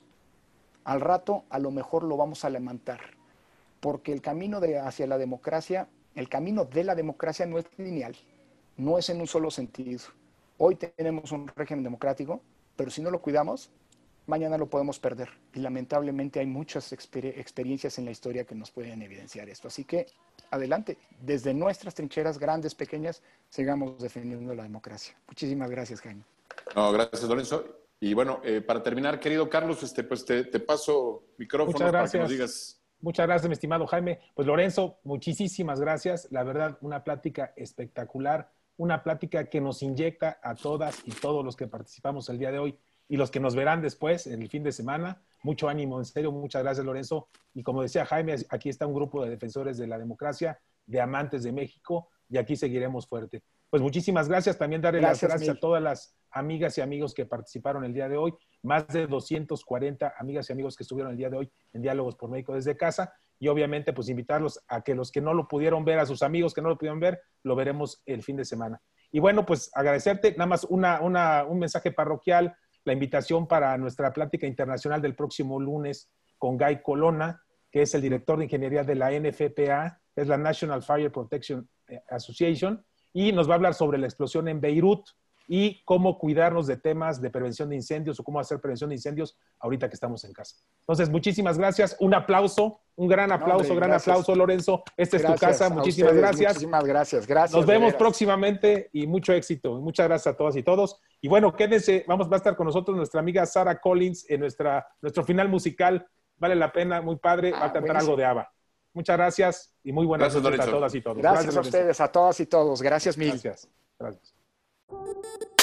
al rato a lo mejor lo vamos a lamentar, porque el camino hacia la democracia, el camino de la democracia no es lineal, no es en un solo sentido. Hoy tenemos un régimen democrático, pero si no lo cuidamos, mañana lo podemos perder. Y lamentablemente hay muchas experiencias en la historia que nos pueden evidenciar esto. Así que, adelante, desde nuestras trincheras, grandes, pequeñas, sigamos defendiendo la democracia. Muchísimas gracias, Jaime. No, gracias, Lorenzo. Y bueno, para terminar, querido Carlos, pues te paso micrófono para que nos digas. Muchas gracias, mi estimado Jaime. Pues Lorenzo, muchísimas gracias. La verdad, una plática espectacular, una plática que nos inyecta a todas y todos los que participamos el día de hoy y los que nos verán después, en el fin de semana. Mucho ánimo, en serio. Muchas gracias, Lorenzo. Y como decía Jaime, aquí está un grupo de defensores de la democracia, de amantes de México, y aquí seguiremos fuerte. Pues muchísimas gracias. También darle las gracias a todas las amigas y amigos que participaron el día de hoy. Más de 240 amigas y amigos que estuvieron el día de hoy en Diálogos por México desde casa. Y obviamente, pues invitarlos a que los que no lo pudieron ver, a sus amigos que no lo pudieron ver, lo veremos el fin de semana. Y bueno, pues agradecerte. Nada más un mensaje parroquial, la invitación para nuestra plática internacional del próximo lunes con Guy Colonna, que es el director de ingeniería de la NFPA, es la National Fire Protection Association, y nos va a hablar sobre la explosión en Beirut y cómo cuidarnos de temas de prevención de incendios o cómo hacer prevención de incendios ahorita que estamos en casa. Entonces, muchísimas gracias. Un aplauso, un gran aplauso, aplauso, Lorenzo. Esta es tu casa. Muchísimas gracias. Muchísimas gracias. Gracias. Nos vemos próximamente y mucho éxito. Muchas gracias a todas y todos. Y bueno, quédense, va a estar con nosotros nuestra amiga Sarah Collins en nuestro final musical. Vale la pena, muy padre. Va a cantar algo de ABBA. Muchas gracias y muy buenas noches a todas y todos. Gracias a ustedes, a todas y todos. Gracias mil. Gracias.